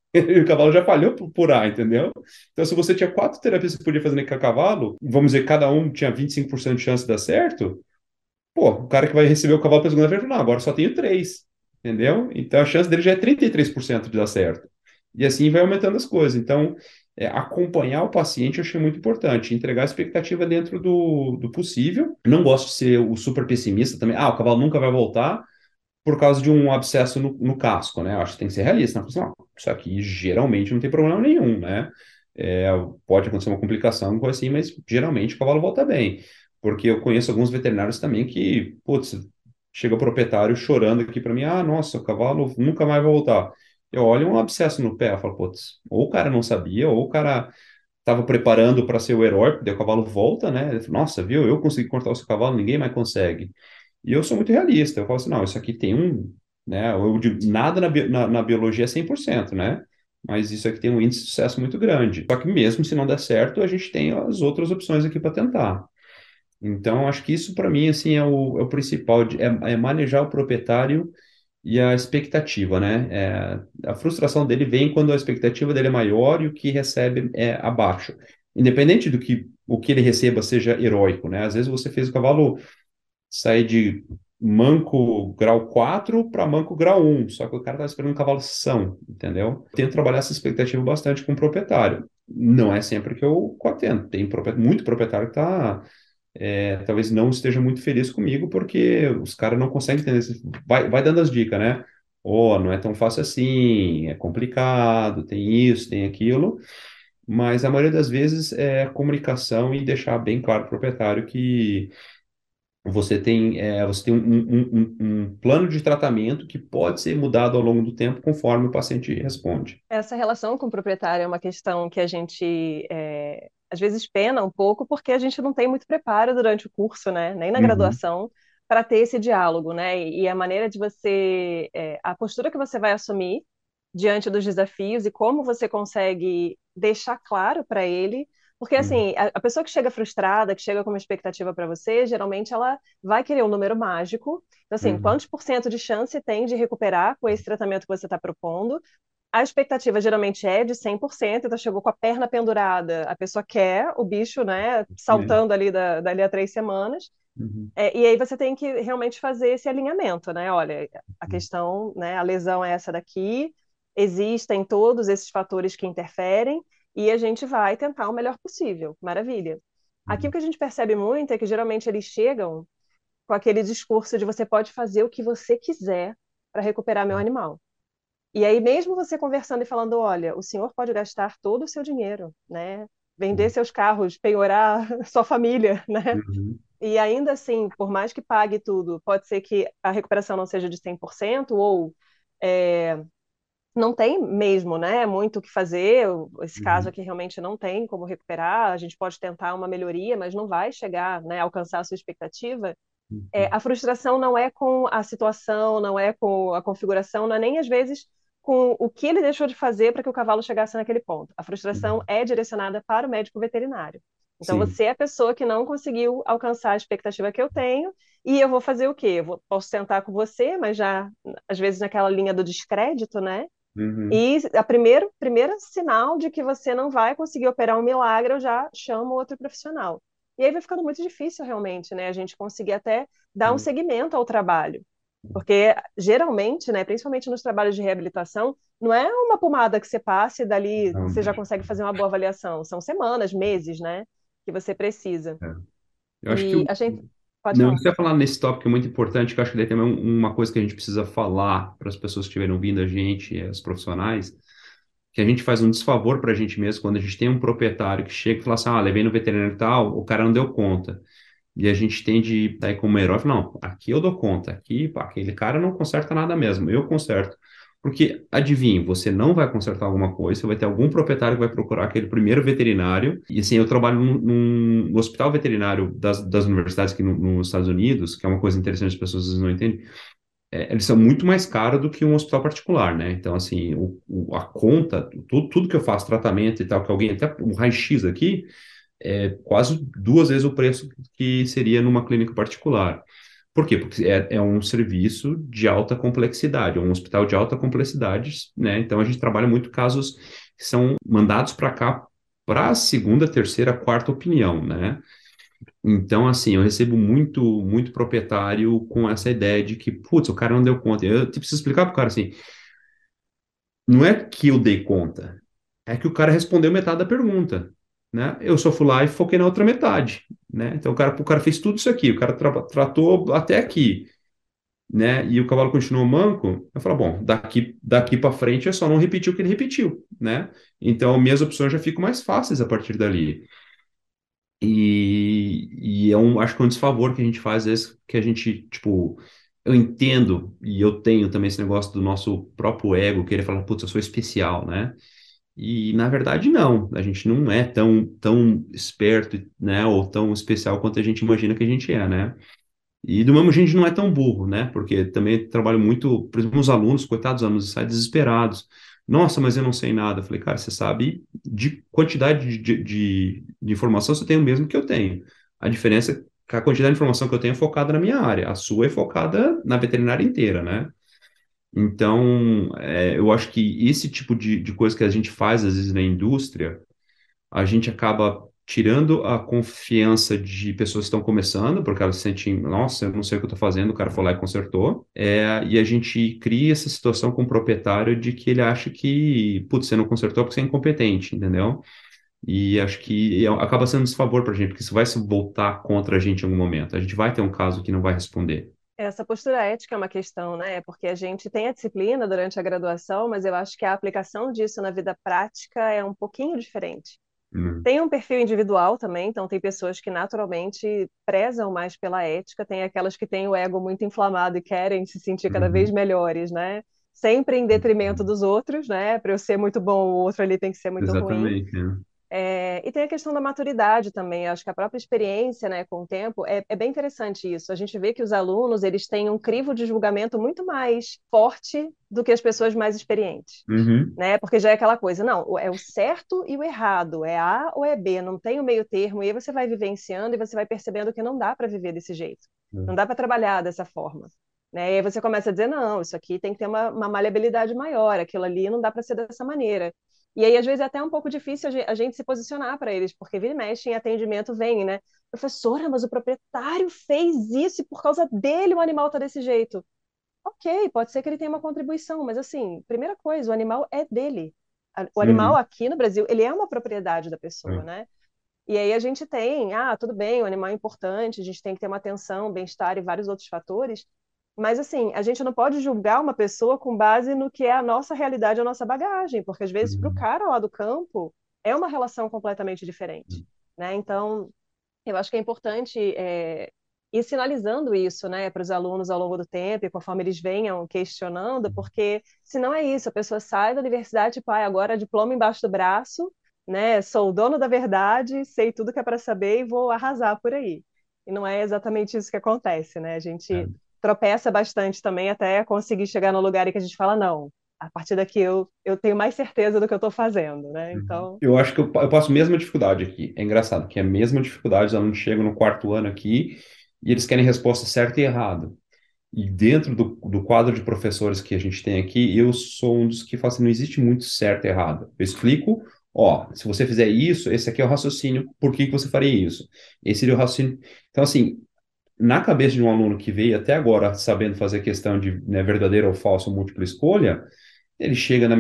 O cavalo já falhou por A, entendeu? Então, se você tinha 4 terapias que você podia fazer naquele cavalo, vamos dizer, cada um tinha 25% de chance de dar certo, pô, o cara que vai receber o cavalo pela segunda vez, não, agora só tenho 3, entendeu? Então, a chance dele já é 33% de dar certo. E assim vai aumentando as coisas. Então, acompanhar o paciente eu achei muito importante, entregar a expectativa dentro do possível. Não gosto de ser o super pessimista também. Ah, o cavalo nunca vai voltar por causa de um abscesso no casco, né? Eu acho que tem que ser realista, né? Assim, ó, isso aqui geralmente não tem problema nenhum, né? É, pode acontecer uma complicação, uma coisa assim, mas geralmente o cavalo volta bem. Porque eu conheço alguns veterinários também que, putz, chega o proprietário chorando aqui para mim, ah, nossa, o cavalo nunca mais vai voltar. Eu olho um abscesso no pé, eu falo, putz, ou o cara não sabia, ou o cara estava preparando para ser o herói, porque daí o cavalo volta, né? Ele fala, nossa, viu, eu consegui cortar o seu cavalo, ninguém mais consegue. E eu sou muito realista, eu falo assim, não, isso aqui tem um, né, eu digo, nada na biologia é 100%, né? Mas isso aqui tem um índice de sucesso muito grande. Só que mesmo se não der certo, a gente tem as outras opções aqui para tentar. Então, acho que isso para mim, assim, é o principal, é manejar o proprietário e a expectativa, né? A frustração dele vem quando a expectativa dele é maior e o que recebe é abaixo. Independente do que o que ele receba seja heróico, né? Às vezes você fez o cavalo sair de manco grau 4 para manco grau 1, só que o cara estava esperando um cavalo são, entendeu? Tento trabalhar essa expectativa bastante com o proprietário. Não é sempre que eu atendo. Tem muito proprietário que está talvez não esteja muito feliz comigo porque os caras não conseguem entender. Vai dando as dicas, né? Oh, não é tão fácil assim, é complicado, tem isso, tem aquilo, mas a maioria das vezes é comunicação e deixar bem claro para o proprietário que você tem um plano de tratamento que pode ser mudado ao longo do tempo conforme o paciente responde. Essa relação com o proprietário é uma questão que a gente às vezes pena um pouco porque a gente não tem muito preparo durante o curso, né? Nem na Uhum, graduação, para ter esse diálogo, né? E a maneira de você, a postura que você vai assumir diante dos desafios e como você consegue deixar claro para ele. Porque, uhum, assim, a pessoa que chega frustrada, que chega com uma expectativa para você, geralmente ela vai querer um número mágico. Então, assim, uhum, quantos por cento de chance tem de recuperar com esse tratamento que você está propondo? A expectativa geralmente é de 100%, então chegou com a perna pendurada, a pessoa quer o bicho, né, é, saltando ali dali a 3 semanas, uhum, e aí você tem que realmente fazer esse alinhamento, né, olha, a questão, né, a lesão é essa daqui, existem todos esses fatores que interferem, e a gente vai tentar o melhor possível, maravilha. Aqui o uhum, que a gente percebe muito é que geralmente eles chegam com aquele discurso de você pode fazer o que você quiser para recuperar meu animal. E aí, mesmo você conversando e falando, olha, o senhor pode gastar todo o seu dinheiro, né? Vender seus carros, penhorar sua família, né? uhum, E ainda assim, por mais que pague tudo, pode ser que a recuperação não seja de 100% ou é, não tem mesmo, né? Muito o que fazer. Esse caso uhum, aqui realmente não tem como recuperar. A gente pode tentar uma melhoria, mas não vai chegar, né, a alcançar a sua expectativa. uhum, A frustração não é com a situação, não é com a configuração, não é nem às vezes com o que ele deixou de fazer para que o cavalo chegasse naquele ponto. A frustração uhum. é direcionada para o médico veterinário. Então, Sim. você é a pessoa que não conseguiu alcançar a expectativa que eu tenho, e eu vou fazer o quê? Posso sentar com você, mas já, às vezes, naquela linha do descrédito, né? Uhum, E a primeiro sinal de que você não vai conseguir operar um milagre, eu já chamo outro profissional. E aí vai ficando muito difícil realmente, né? A gente conseguir até dar um uhum. segmento ao trabalho. Porque geralmente, né, principalmente nos trabalhos de reabilitação, não é uma pomada que você passe e dali Não, você já consegue fazer uma boa avaliação. São semanas, meses, né, que você precisa. é. Eu acho que E a gente pode não, falar. você ia falar nesse tópico é muito importante, que eu acho que daí também é uma coisa que a gente precisa falar para as pessoas que estiverem ouvindo a gente, os profissionais, que a gente faz um desfavor para a gente mesmo quando a gente tem um proprietário que chega e fala assim, ah, levei no veterinário e tal, o cara não deu conta. E a gente tende a ir como herói, fala, não, aqui eu dou conta, aqui, pá, aquele cara não conserta nada mesmo, eu conserto. Porque, adivinhe, você não vai consertar alguma coisa, você vai ter algum proprietário que vai procurar aquele primeiro veterinário. E assim, eu trabalho no hospital veterinário das universidades aqui nos Estados Unidos, que é uma coisa interessante, as pessoas às vezes não entendem. Eles são muito mais caros do que um hospital particular, né? Então, assim, a conta, tudo que eu faço, tratamento e tal, que alguém, até o raio-x aqui, é quase 2 vezes o preço que seria numa clínica particular. Por quê? Porque é um serviço de alta complexidade, é um hospital de alta complexidade, né? Então a gente trabalha muito casos que são mandados para cá para a segunda, terceira, quarta opinião, né? Então, assim, eu recebo muito proprietário com essa ideia de que, putz, o cara não deu conta. Eu preciso explicar pro cara assim, não é que eu dei conta, é que o cara respondeu metade da pergunta, né? Eu só fui lá e foquei na outra metade, né? Então o cara fez tudo isso aqui, o cara tratou até aqui, né? E o cavalo continuou manco. Eu falo, bom, daqui para frente é só não repetir o que ele repetiu, né? Então minhas opções já ficam mais fáceis a partir dali. Acho que é um desfavor que a gente faz, às vezes, que a gente, tipo, eu entendo e eu tenho também esse negócio do nosso próprio ego, querer falar, putz, eu sou especial, né? E na verdade não, a gente não é tão esperto, né, ou tão especial quanto a gente imagina que a gente é, né? E do mesmo jeito a gente não é tão burro, né? Porque também trabalho muito, por exemplo, os alunos, coitados dos alunos, saem desesperados. Nossa, mas eu não sei nada. Eu falei, cara, você sabe de quantidade de informação, você tem o mesmo que eu tenho. A diferença é que a quantidade de informação que eu tenho é focada na minha área, a sua é focada na veterinária inteira, né? Então, eu acho que esse tipo de coisa que a gente faz, às vezes, na indústria, a gente acaba tirando a confiança de pessoas que estão começando, porque elas se sentem, nossa, eu não sei o que eu estou fazendo, o cara foi lá e consertou. E a gente cria essa situação com o proprietário de que ele acha que, putz, você não consertou porque você é incompetente, entendeu? E acho que acaba sendo um desfavor para a gente, porque isso vai se voltar contra a gente em algum momento. A gente vai ter um caso que não vai responder. Essa postura ética é uma questão, né? Porque a gente tem a disciplina durante a graduação, mas eu acho que a aplicação disso na vida prática é um pouquinho diferente. Hum. Tem um perfil individual também, então tem pessoas que naturalmente prezam mais pela ética, tem aquelas que têm o ego muito inflamado e querem se sentir cada vez Uhum. melhores, né? Sempre em detrimento Uhum. dos outros, né? Para eu ser muito bom, o outro ali tem que ser muito ruim. Exatamente, né? E tem a questão da maturidade também. Eu acho que a própria experiência, né, com o tempo, é bem interessante isso. A gente vê que os alunos, eles têm um crivo de julgamento muito mais forte do que as pessoas mais experientes, Uhum. né? Porque já é aquela coisa, não, é o certo e o errado, é A ou é B, não tem o meio termo. E aí você vai vivenciando e você vai percebendo que não dá para viver desse jeito, não dá para trabalhar dessa forma. Né? E aí você começa a dizer, não, isso aqui tem que ter uma maleabilidade maior, aquilo ali não dá para ser dessa maneira. E aí, às vezes, é até um pouco difícil a gente se posicionar para eles, porque vira e mexe em atendimento vem, né? Professora, mas o proprietário fez isso e por causa dele o animal está desse jeito. Ok, pode ser que ele tenha uma contribuição, mas assim, primeira coisa, o animal é dele. O animal Uhum. aqui no Brasil, ele é uma propriedade da pessoa, É. né? E aí a gente tem, tudo bem, o animal é importante, a gente tem que ter uma atenção, bem-estar e vários outros fatores, mas assim, a gente não pode julgar uma pessoa com base no que é a nossa realidade, a nossa bagagem, porque às vezes para o Uhum. cara lá do campo é uma relação completamente diferente, né? Então, eu acho que é importante ir sinalizando isso, né, para os alunos ao longo do tempo e conforme eles venham questionando, porque se não é isso, a pessoa sai da universidade, tipo, agora diploma embaixo do braço, né, sou o dono da verdade, sei tudo que é para saber e vou arrasar por aí. E não é exatamente isso que acontece, né? A gente É. tropeça bastante também até conseguir chegar no lugar em que a gente fala, não, a partir daqui eu tenho mais certeza do que eu estou fazendo, né? Uhum. Então, Eu acho que eu passo a mesma dificuldade aqui. É engraçado que é a mesma dificuldade, os alunos chegam no quarto ano aqui e eles querem resposta certa e errada. E dentro do quadro de professores que a gente tem aqui, eu sou um dos que fala assim, não existe muito certo e errado. Eu explico, ó, se você fizer isso, esse aqui é o raciocínio, por que que você faria isso? Esse seria o raciocínio. Então, assim, na cabeça de um aluno que veio até agora sabendo fazer questão de, né, verdadeira ou falsa ou múltipla escolha, ele chega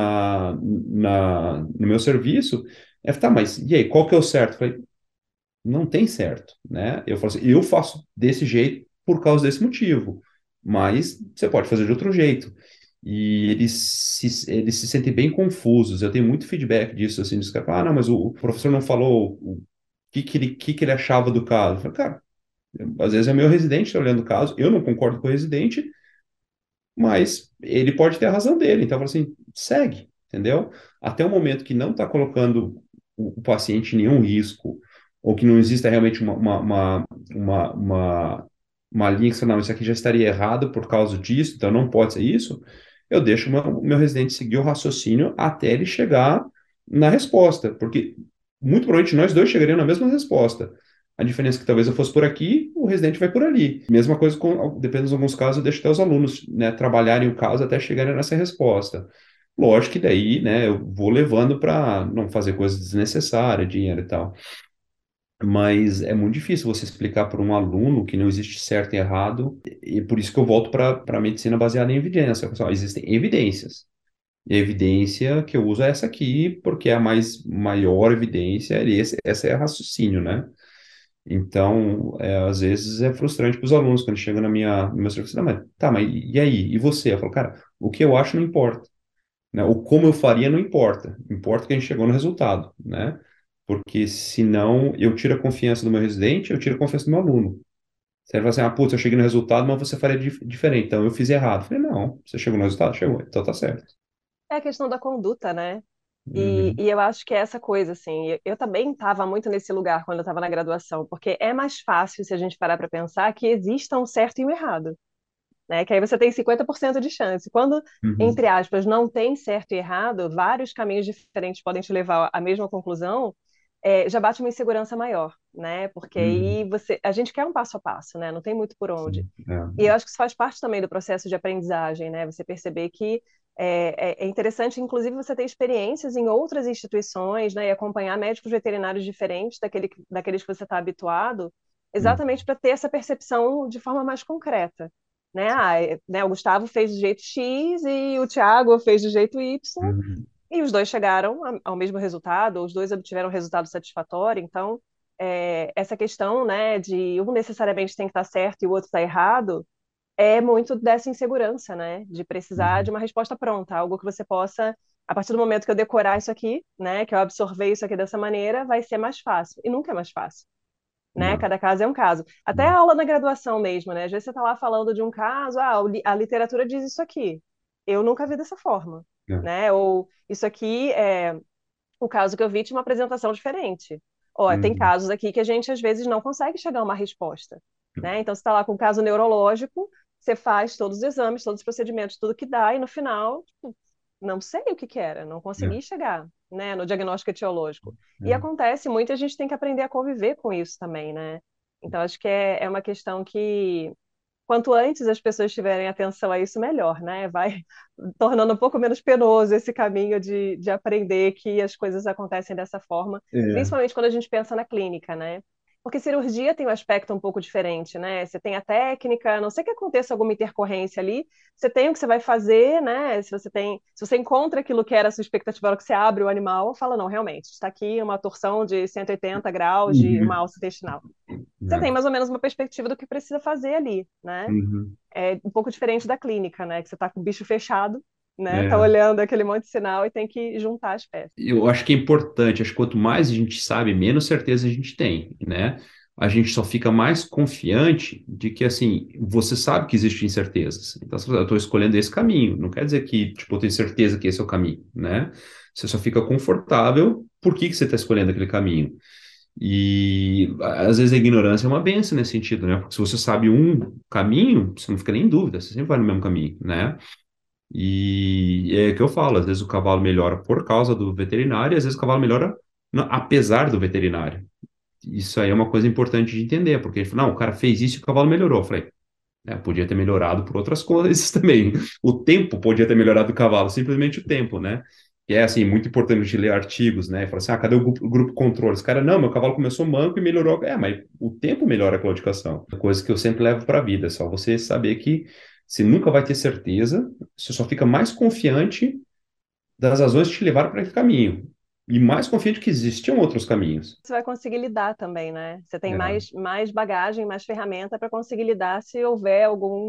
no meu serviço, tá, mas e aí, qual que é o certo? Eu falei, não tem certo, né? Eu falo assim, eu faço desse jeito por causa desse motivo, mas você pode fazer de outro jeito. E eles se sentem bem confusos. Eu tenho muito feedback disso, assim, dos caras, não, mas o professor não falou o que ele achava do caso. Eu falei, cara, às vezes é meu residente está olhando o caso, eu não concordo com o residente, mas ele pode ter a razão dele. Então, eu falo assim, segue, entendeu? Até o momento que não está colocando o paciente em nenhum risco, ou que não exista realmente uma linha que você fala, não, isso aqui já estaria errado por causa disso, então não pode ser isso, eu deixo o meu residente seguir o raciocínio até ele chegar na resposta, porque muito provavelmente nós dois chegaríamos na mesma resposta, A diferença é que talvez eu fosse por aqui, o residente vai por ali. Mesma coisa com, depende de alguns casos, eu deixo até os alunos, né, trabalharem o caso até chegarem nessa resposta. Lógico que daí, né, eu vou levando para não fazer coisas desnecessárias, dinheiro e tal. Mas é muito difícil você explicar para um aluno que não existe certo e errado, e por isso que eu volto para a medicina baseada em evidência. Pessoal, existem evidências. E a evidência que eu uso é essa aqui, porque é a maior evidência, e essa é a raciocínio, né? Então, às vezes é frustrante para os alunos quando chegam no meu serviço, não, mas tá, mas e aí? E você? Eu falo, cara, o que eu acho não importa, né? O como eu faria não importa, importa que a gente chegou no resultado, né? Porque senão eu tiro a confiança do meu residente, eu tiro a confiança do meu aluno. Você vai assim, ah, putz, eu cheguei no resultado, mas você faria diferente, então eu fiz errado. Eu falei, não, você chegou no resultado? Chegou, então tá certo. É a questão da conduta, né? E Uhum, eu acho que é essa coisa, assim, eu também estava muito nesse lugar quando eu estava na graduação, porque é mais fácil, se a gente parar para pensar, que exista um certo e um errado, né? Que aí você tem 50% de chance. Quando, uhum, entre aspas, não tem certo e errado, vários caminhos diferentes podem te levar à mesma conclusão, já bate uma insegurança maior, né? Porque uhum, aí a gente quer um passo a passo, né? Não tem muito por onde. sim, E eu acho que isso faz parte também do processo de aprendizagem, né? Você perceber que é interessante, inclusive, você ter experiências em outras instituições, né? E acompanhar médicos veterinários diferentes daqueles que você está habituado, uhum, exatamente para ter essa percepção de forma mais concreta. Né? Né? O Gustavo fez do jeito X e o Thiago fez do jeito Y, uhum, e os dois chegaram ao mesmo resultado, ou os dois obtiveram um resultado satisfatório. Então, essa questão, né, de um necessariamente tem que estar certo e o outro está errado, é muito dessa insegurança, né, de precisar de uhum, uma resposta pronta, algo que você possa, a partir do momento que eu decorar isso aqui, né, que eu absorver isso aqui dessa maneira, vai ser mais fácil. E nunca é mais fácil, né? não, Cada caso é um caso. Até a não, aula na graduação mesmo, né? Às vezes você está lá falando de um caso, a literatura diz isso aqui. Eu nunca vi dessa forma, não, né? Ou isso aqui é o caso que eu vi tinha uma apresentação diferente. Ó, tem uhum, casos aqui que a gente às vezes não consegue chegar a uma resposta, né? Então você está lá com um caso neurológico, você faz todos os exames, todos os procedimentos, tudo que dá, e no final, tipo, não sei o que que era, não consegui não, chegar, né, no diagnóstico etiológico. E não. acontece muito, e a gente tem que aprender a conviver com isso também, né? Então acho que é uma questão que quanto antes as pessoas tiverem atenção a isso, melhor, né? Vai tornando um pouco menos penoso esse caminho de aprender que as coisas acontecem dessa forma, É, principalmente quando a gente pensa na clínica, né? Porque cirurgia tem um aspecto um pouco diferente, né? Você tem a técnica, a não sei que aconteça alguma intercorrência ali, você tem o que você vai fazer, né? Se você encontra aquilo que era a sua expectativa, na hora que você abre o animal, fala, não, realmente, está aqui uma torção de 180 graus de uma uhum, alça intestinal. Você tem não, mais ou menos uma perspectiva do que precisa fazer ali, né? uhum, É um pouco diferente da clínica, né? Que você está com o bicho fechado, né? Tá é. olhando aquele monte de sinal e tem que juntar as peças. Eu acho que é importante, acho que quanto mais a gente sabe, menos certeza a gente tem, né? A gente só fica mais confiante de que, assim, você sabe que existem incertezas. Então, você fala, eu estou escolhendo esse caminho. Não quer dizer que, tipo, eu tenho certeza que esse é o caminho, né? Você só fica confortável por que você está escolhendo aquele caminho. E, às vezes, a ignorância é uma benção nesse sentido, né? Porque se você sabe um caminho, você não fica nem em dúvida, você sempre vai no mesmo caminho, né? E é o que eu falo, às vezes o cavalo melhora por causa do veterinário, e às vezes o cavalo melhora apesar do veterinário. Isso aí é uma coisa importante de entender, porque ele fala, não, o cara fez isso e o cavalo melhorou. Eu falei, podia ter melhorado por outras coisas também. O tempo podia ter melhorado o cavalo, simplesmente o tempo, né? Que é, assim, muito importante de ler artigos, né? Fala assim, cadê o grupo controle? Os caras, não, meu cavalo começou manco e melhorou. Mas o tempo melhora a claudicação. É coisa que eu sempre levo para a vida, é só você saber que você nunca vai ter certeza, você só fica mais confiante das razões que te levaram para esse caminho. E mais confiante que existiam outros caminhos. Você vai conseguir lidar também, né? Você tem É, mais bagagem, mais ferramenta para conseguir lidar se houver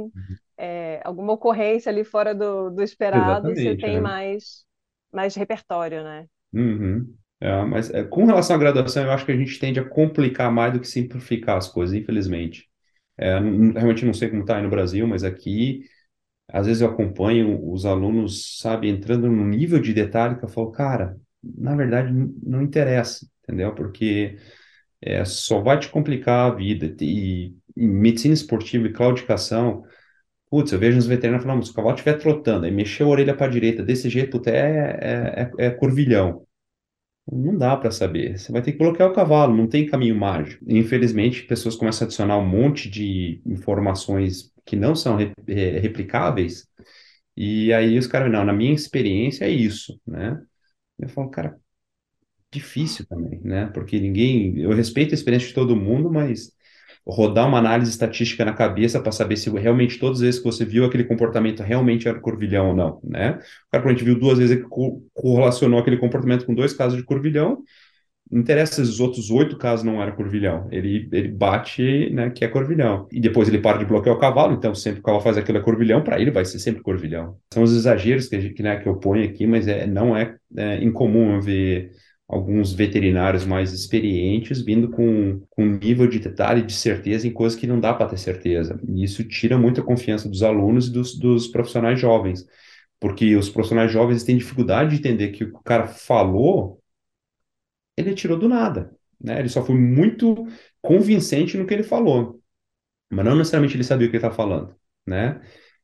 alguma ocorrência ali fora do esperado, você exatamente, tem é. mais repertório, né? Uhum. Mas com relação à graduação, eu acho que a gente tende a complicar mais do que simplificar as coisas, infelizmente. Realmente não sei como está aí no Brasil, mas aqui, às vezes eu acompanho os alunos, sabe, entrando num nível de detalhe que eu falo, cara, na verdade não interessa, entendeu? Porque só vai te complicar a vida. E medicina esportiva e claudicação, putz, eu vejo os veterinários falando, se o cavalo estiver trotando, aí mexeu a orelha para a direita, desse jeito, puta, é curvilhão. Não dá para saber. Você vai ter que bloquear o cavalo, não tem caminho mágico. Infelizmente, pessoas começam a adicionar um monte de informações que não são replicáveis, e aí os caras, não, na minha experiência é isso, né? Eu falo, cara, difícil também, né? Porque ninguém. Eu respeito a experiência de todo mundo, mas rodar uma análise estatística na cabeça para saber se realmente todas as vezes que você viu aquele comportamento realmente era curvilhão ou não, né? O cara, quando a gente viu duas vezes, ele correlacionou aquele comportamento com dois casos de curvilhão. Não interessa se os outros 8 casos não eram curvilhão. Ele bate, né, que é curvilhão. E depois ele para de bloquear o cavalo, então sempre que o cavalo faz aquilo é curvilhão, para ele vai ser sempre curvilhão. São os exageros né, que eu ponho aqui, mas não é incomum eu ver alguns veterinários mais experientes vindo com um nível de detalhe, de certeza em coisas que não dá para ter certeza. E isso tira muita confiança dos alunos e dos profissionais jovens. Porque os profissionais jovens têm dificuldade de entender que o cara falou ele tirou do nada, né? Ele só foi muito convincente no que ele falou, mas não necessariamente ele sabia o que ele estava falando, né?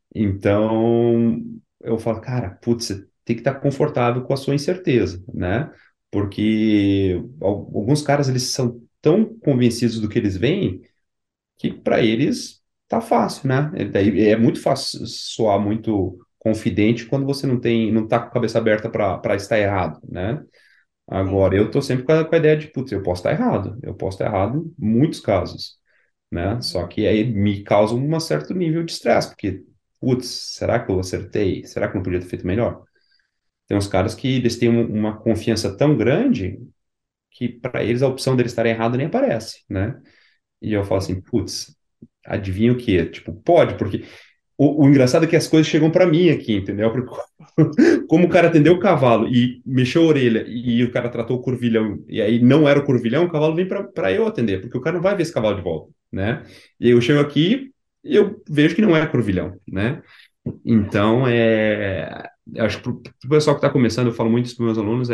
Então, eu falo, cara, putz, você tem que estar confortável com a sua incerteza, né? Porque alguns caras, eles são tão convencidos do que eles veem que para eles tá fácil, né? Daí é muito fácil soar muito confidente quando você não tá com a cabeça aberta para estar errado, né? Sim. Agora, eu tô sempre com a ideia de, putz, eu posso estar errado em muitos casos, né? Só que aí me causa um certo nível de estresse, porque, putz, será que eu acertei? Será que eu não podia ter feito melhor? Tem uns caras que eles têm uma confiança tão grande que para eles a opção deles estarem errado nem aparece, né? E eu falo Sim. assim, putz, adivinha o quê? Tipo, pode, porque o engraçado é que as coisas chegam para mim aqui, entendeu? Porque como o cara atendeu o cavalo e mexeu a orelha e o cara tratou o curvilhão e aí não era o curvilhão, o cavalo vem para eu atender, porque o cara não vai ver esse cavalo de volta, né? E aí eu chego aqui e eu vejo que não é curvilhão, né? Então, eu acho que para o pessoal que está começando, eu falo muito isso para meus alunos,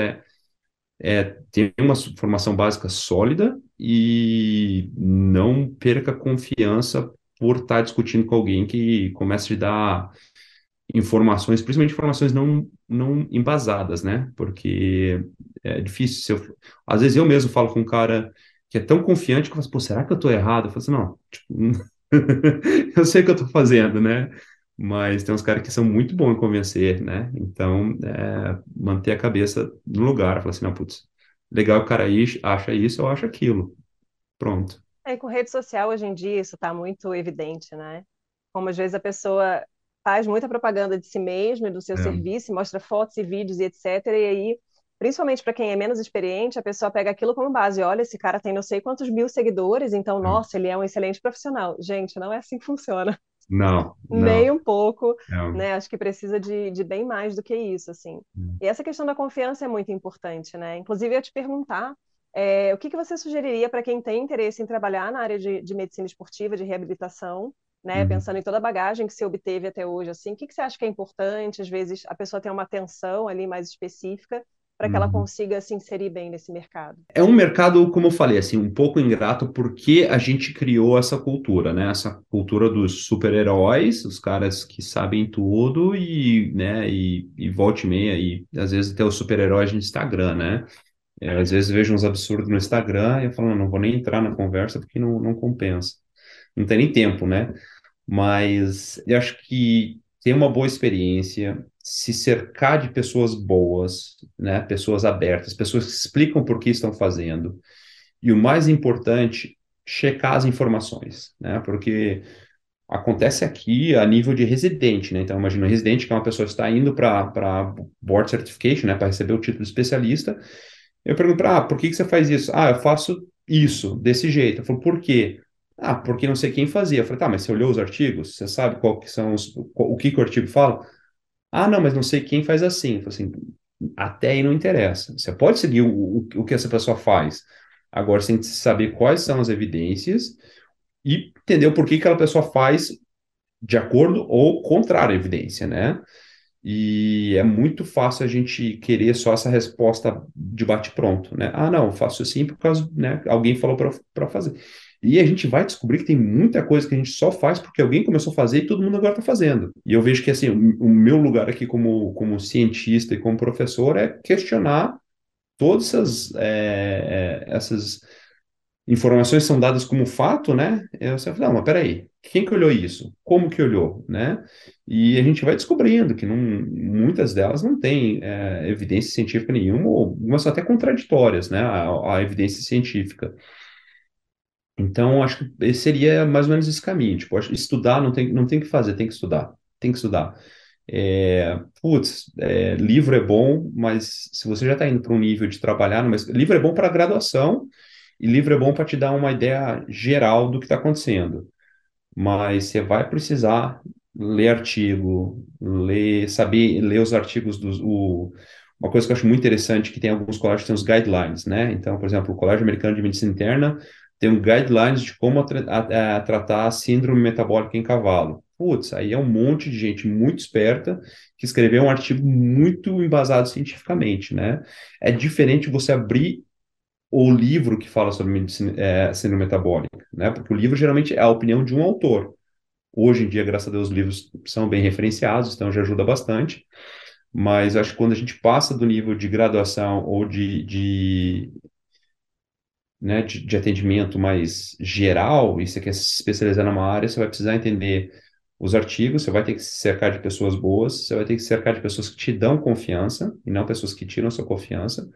ter uma formação básica sólida e não perca confiança por estar discutindo com alguém que começa a te dar informações, principalmente informações não embasadas, né? Porque é difícil. Às vezes eu mesmo falo com um cara que é tão confiante que eu falo assim, pô, será que eu tô errado? Eu falo assim, não, tipo, eu sei o que eu tô fazendo, né? Mas tem uns caras que são muito bons em convencer, né? Então, manter a cabeça no lugar. Falar assim, não, putz, legal o cara aí acha isso, eu acho aquilo. Pronto. É, e com rede social hoje em dia isso está muito evidente, né? Como às vezes a pessoa faz muita propaganda de si mesma e do seu É, serviço, e mostra fotos e vídeos e etc. E aí, principalmente para quem é menos experiente, a pessoa pega aquilo como base. Olha, esse cara tem não sei quantos mil seguidores, então, é. nossa, ele é um excelente profissional. Gente, não é assim que funciona. Não, Nem não. um pouco, É. né? Acho que precisa de bem mais do que isso, assim. E essa questão da confiança é muito importante, né? Inclusive, eu ia te perguntar, o que que você sugeriria para quem tem interesse em trabalhar na área de medicina esportiva, de reabilitação, né? Uhum. Pensando em toda a bagagem que você obteve até hoje, assim, o que que você acha que é importante? Às vezes, a pessoa tem uma atenção ali mais específica para que ela Uhum. consiga se inserir bem nesse mercado. É um mercado, como eu falei, assim, um pouco ingrato porque a gente criou essa cultura, né? Essa cultura dos super-heróis, os caras que sabem tudo e, né, e volta e meia, e às vezes até os super-heróis de Instagram, né? Às vezes eu vejo uns absurdos no Instagram e eu falo, não vou nem entrar na conversa porque não compensa. Não tem nem tempo, né? Mas eu acho que ter uma boa experiência, se cercar de pessoas boas, né? Pessoas abertas, pessoas que explicam por que estão fazendo. E o mais importante, checar as informações, né? Porque acontece aqui a nível de residente, né? Então, imagina um residente que é uma pessoa que está indo para board certification, né? Para receber o título de especialista. Eu pergunto, por que que você faz isso? Ah, eu faço isso, desse jeito. Eu falo, por quê? Ah, porque não sei quem fazia. Eu falei, tá, mas você olhou os artigos? Você sabe qual que são o que que o artigo fala? Ah, não, mas não sei quem faz assim. Eu falei assim, até aí não interessa. Você pode seguir o que essa pessoa faz. Agora, você tem que saber quais são as evidências e entender o porquê que aquela pessoa faz de acordo ou contrário à evidência, né? E é muito fácil a gente querer só essa resposta de bate-pronto, né? Ah, não, eu faço assim por causa, né? Alguém falou para fazer. E a gente vai descobrir que tem muita coisa que a gente só faz porque alguém começou a fazer e todo mundo agora está fazendo. E eu vejo que, assim, o meu lugar aqui como cientista e como professor é questionar todas essas informações são dadas como fato, né? Eu sempre falo, não, mas peraí, quem que olhou isso? Como que olhou, né? E a gente vai descobrindo que muitas delas não têm evidência científica nenhuma, ou algumas são até contraditórias, né? A evidência científica. Então, acho que esse seria mais ou menos esse caminho. Tipo, acho que estudar não tem que fazer, tem que estudar. Tem que estudar. Livro é bom, mas se você já está indo para um nível de trabalhar, livro é bom para graduação e livro é bom para te dar uma ideia geral do que está acontecendo. Mas você vai precisar ler artigo, saber ler os artigos uma coisa que eu acho muito interessante que tem alguns colégios que têm os guidelines, né? Então, por exemplo, o Colégio Americano de Medicina Interna tem um guidelines de como tratar a síndrome metabólica em cavalo. Putz, aí é um monte de gente muito esperta que escreveu um artigo muito embasado cientificamente, né? É diferente você abrir o livro que fala sobre síndrome metabólica, né? Porque o livro geralmente é a opinião de um autor. Hoje em dia, graças a Deus, os livros são bem referenciados, então já ajuda bastante. Mas acho que quando a gente passa do nível de graduação ou de atendimento mais geral, e você quer se especializar numa área, você vai precisar entender os artigos, você vai ter que se cercar de pessoas boas, você vai ter que se cercar de pessoas que te dão confiança, e não pessoas que tiram sua confiança,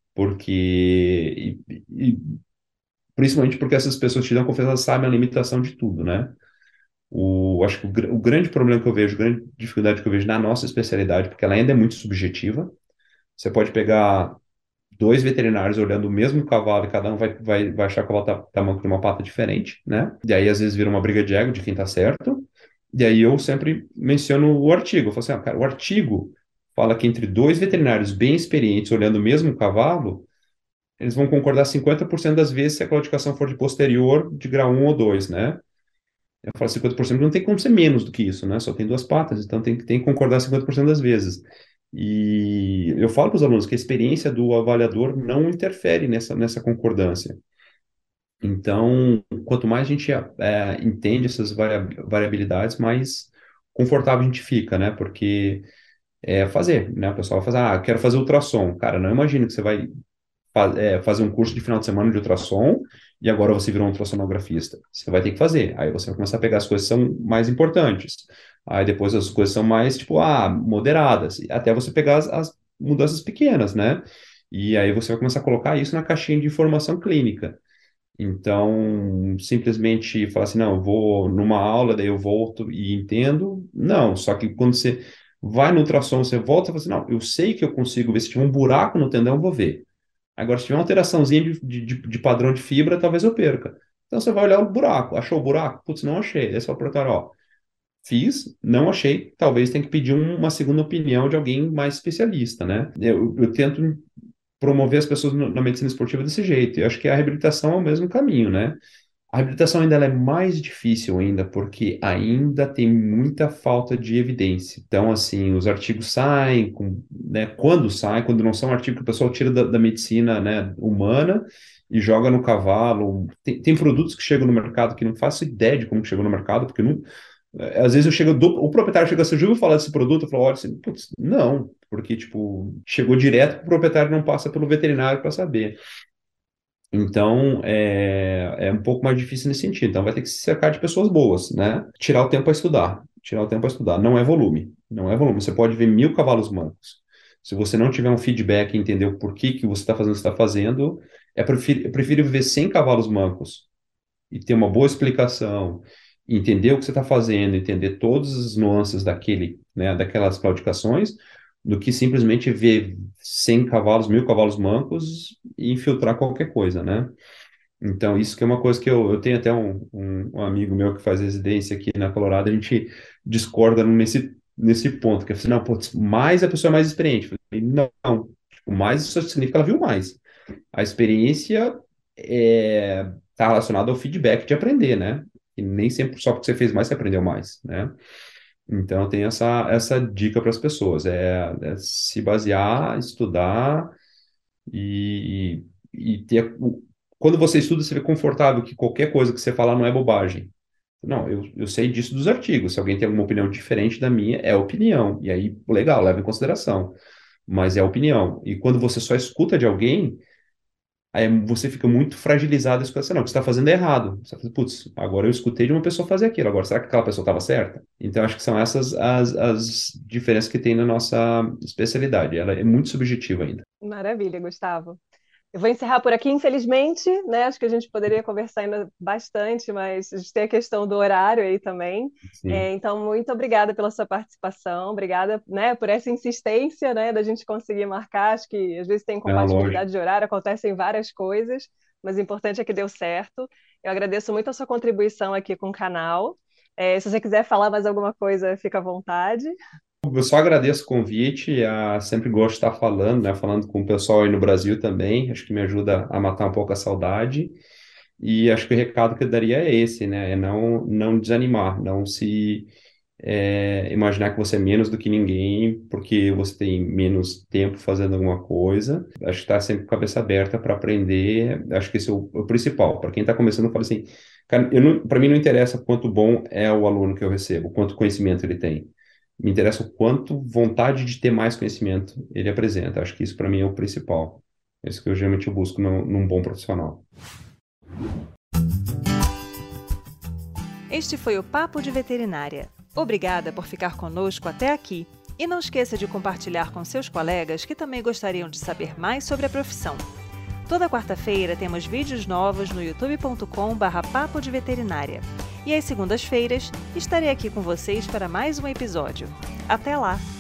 porque, principalmente porque essas pessoas te dão confiança, elas sabem a limitação de tudo, né? Acho que o grande problema que eu vejo, a grande dificuldade que eu vejo na nossa especialidade, porque ela ainda é muito subjetiva. Você pode pegar dois veterinários olhando o mesmo cavalo e cada um vai achar que o cavalo tá manco de uma pata diferente, né? E aí, às vezes, vira uma briga de ego de quem tá certo. E aí eu sempre menciono o artigo. Eu falo assim, cara, o artigo fala que entre dois veterinários bem experientes olhando o mesmo cavalo, eles vão concordar 50% das vezes se a claudicação for de posterior de grau 1 ou 2, né? Eu falo 50%, não tem como ser menos do que isso, né? Só tem duas patas, então tem que concordar 50% das vezes. E eu falo para os alunos que a experiência do avaliador não interfere nessa concordância. Então, quanto mais a gente entende essas variabilidades, mais confortável a gente fica, né? Porque fazer, né? O pessoal vai fazer, quero fazer ultrassom. Cara, não imagino que você vai fazer um curso de final de semana de ultrassom e agora você virou um ultrassonografista. Você vai ter que fazer. Aí você vai começar a pegar as coisas que são mais importantes. Aí depois as coisas são mais, tipo, moderadas. Até você pegar as mudanças pequenas, né? E aí você vai começar a colocar isso na caixinha de informação clínica. Então, simplesmente falar assim, não, eu vou numa aula, daí eu volto e entendo. Não, só que quando você vai no ultrassom, você volta e fala assim, não, eu sei que eu consigo ver se tiver um buraco no tendão, eu vou ver. Agora, se tiver uma alteraçãozinha de padrão de fibra, talvez eu perca. Então, você vai olhar o buraco. Achou o buraco? Putz, não achei. Esse é o protótipo, ó. Fiz, não achei. Talvez tenha que pedir uma segunda opinião de alguém mais especialista, né? Eu tento promover as pessoas na medicina esportiva desse jeito. Eu acho que a reabilitação é o mesmo caminho, né? A reabilitação ainda ela é mais difícil ainda, porque ainda tem muita falta de evidência. Então, assim, os artigos saem, né, quando não são artigos que o pessoal tira da medicina, né, humana e joga no cavalo. Tem produtos que chegam no mercado que não faço ideia de como chegou no mercado, porque não, às vezes o proprietário chega assim, já ouviu falar desse produto? Eu falo, olha, assim, putz, não, porque, tipo, chegou direto, o proprietário não passa pelo veterinário para saber. Então, é um pouco mais difícil nesse sentido. Então, vai ter que se cercar de pessoas boas, né? Tirar o tempo para estudar. Tirar o tempo para estudar. Não é volume. Não é volume. Você pode ver 1.000 cavalos mancos. Se você não tiver um feedback e entender o porquê que você está fazendo o que está fazendo, eu prefiro ver 100 cavalos mancos e ter uma boa explicação, entender o que você está fazendo, entender todas as nuances né, daquelas claudicações, do que simplesmente ver 100 cavalos, 1.000 cavalos mancos e infiltrar qualquer coisa, né? Então, isso que é uma coisa que eu tenho até um amigo meu que faz residência aqui na Colorado, a gente discorda nesse ponto, que é assim, não, putz, mais a pessoa é mais experiente. Eu falei, não, tipo, mais isso significa que ela viu mais. A experiência está relacionada ao feedback de aprender, né? E nem sempre só porque você fez mais, você aprendeu mais, né? Então, tem essa dica para as pessoas, é se basear, estudar e ter... Quando você estuda, você fica confortável que qualquer coisa que você falar não é bobagem. Não, eu sei disso dos artigos. Se alguém tem alguma opinião diferente da minha, é opinião. E aí, legal, leva em consideração. mas é opinião. E quando você só escuta de alguém, aí você fica muito fragilizado com essa, não, o que você está fazendo é errado. Você fala, putz, agora eu escutei de uma pessoa fazer aquilo, agora será que aquela pessoa estava certa? Então, acho que são essas as diferenças que tem na nossa especialidade. Ela é muito subjetiva ainda. Maravilha, Gustavo. Eu vou encerrar por aqui, infelizmente, né? Acho que a gente poderia conversar ainda bastante, mas a gente tem a questão do horário aí também. Sim, Então, muito obrigada pela sua participação, obrigada, né, por essa insistência, né, da gente conseguir marcar. Acho que às vezes tem lógico. incompatibilidade de horário, acontecem várias coisas, mas o importante é que deu certo. Eu agradeço muito a sua contribuição aqui com o canal. Se você quiser falar mais alguma coisa, fica à vontade. Eu só agradeço o convite, sempre gosto de estar falando, né? Falando com o pessoal aí no Brasil também, acho que me ajuda a matar um pouco a saudade. E acho que o recado que eu daria é esse, né? É não desanimar, não se imaginar que você é menos do que ninguém porque você tem menos tempo fazendo alguma coisa. Acho que estar sempre com a cabeça aberta para aprender, acho que esse é o principal. Para quem está começando, eu falo assim, cara, para mim não interessa quanto bom é o aluno que eu recebo, quanto conhecimento ele tem. Me interessa o quanto vontade de ter mais conhecimento ele apresenta. Acho que isso para mim é o principal. É isso que eu geralmente busco num bom profissional. Este foi o Papo de Veterinária. Obrigada por ficar conosco até aqui. E não esqueça de compartilhar com seus colegas que também gostariam de saber mais sobre a profissão. Toda quarta-feira temos vídeos novos no youtube.com/papo de veterinária. E às segundas-feiras estarei aqui com vocês para mais um episódio. Até lá!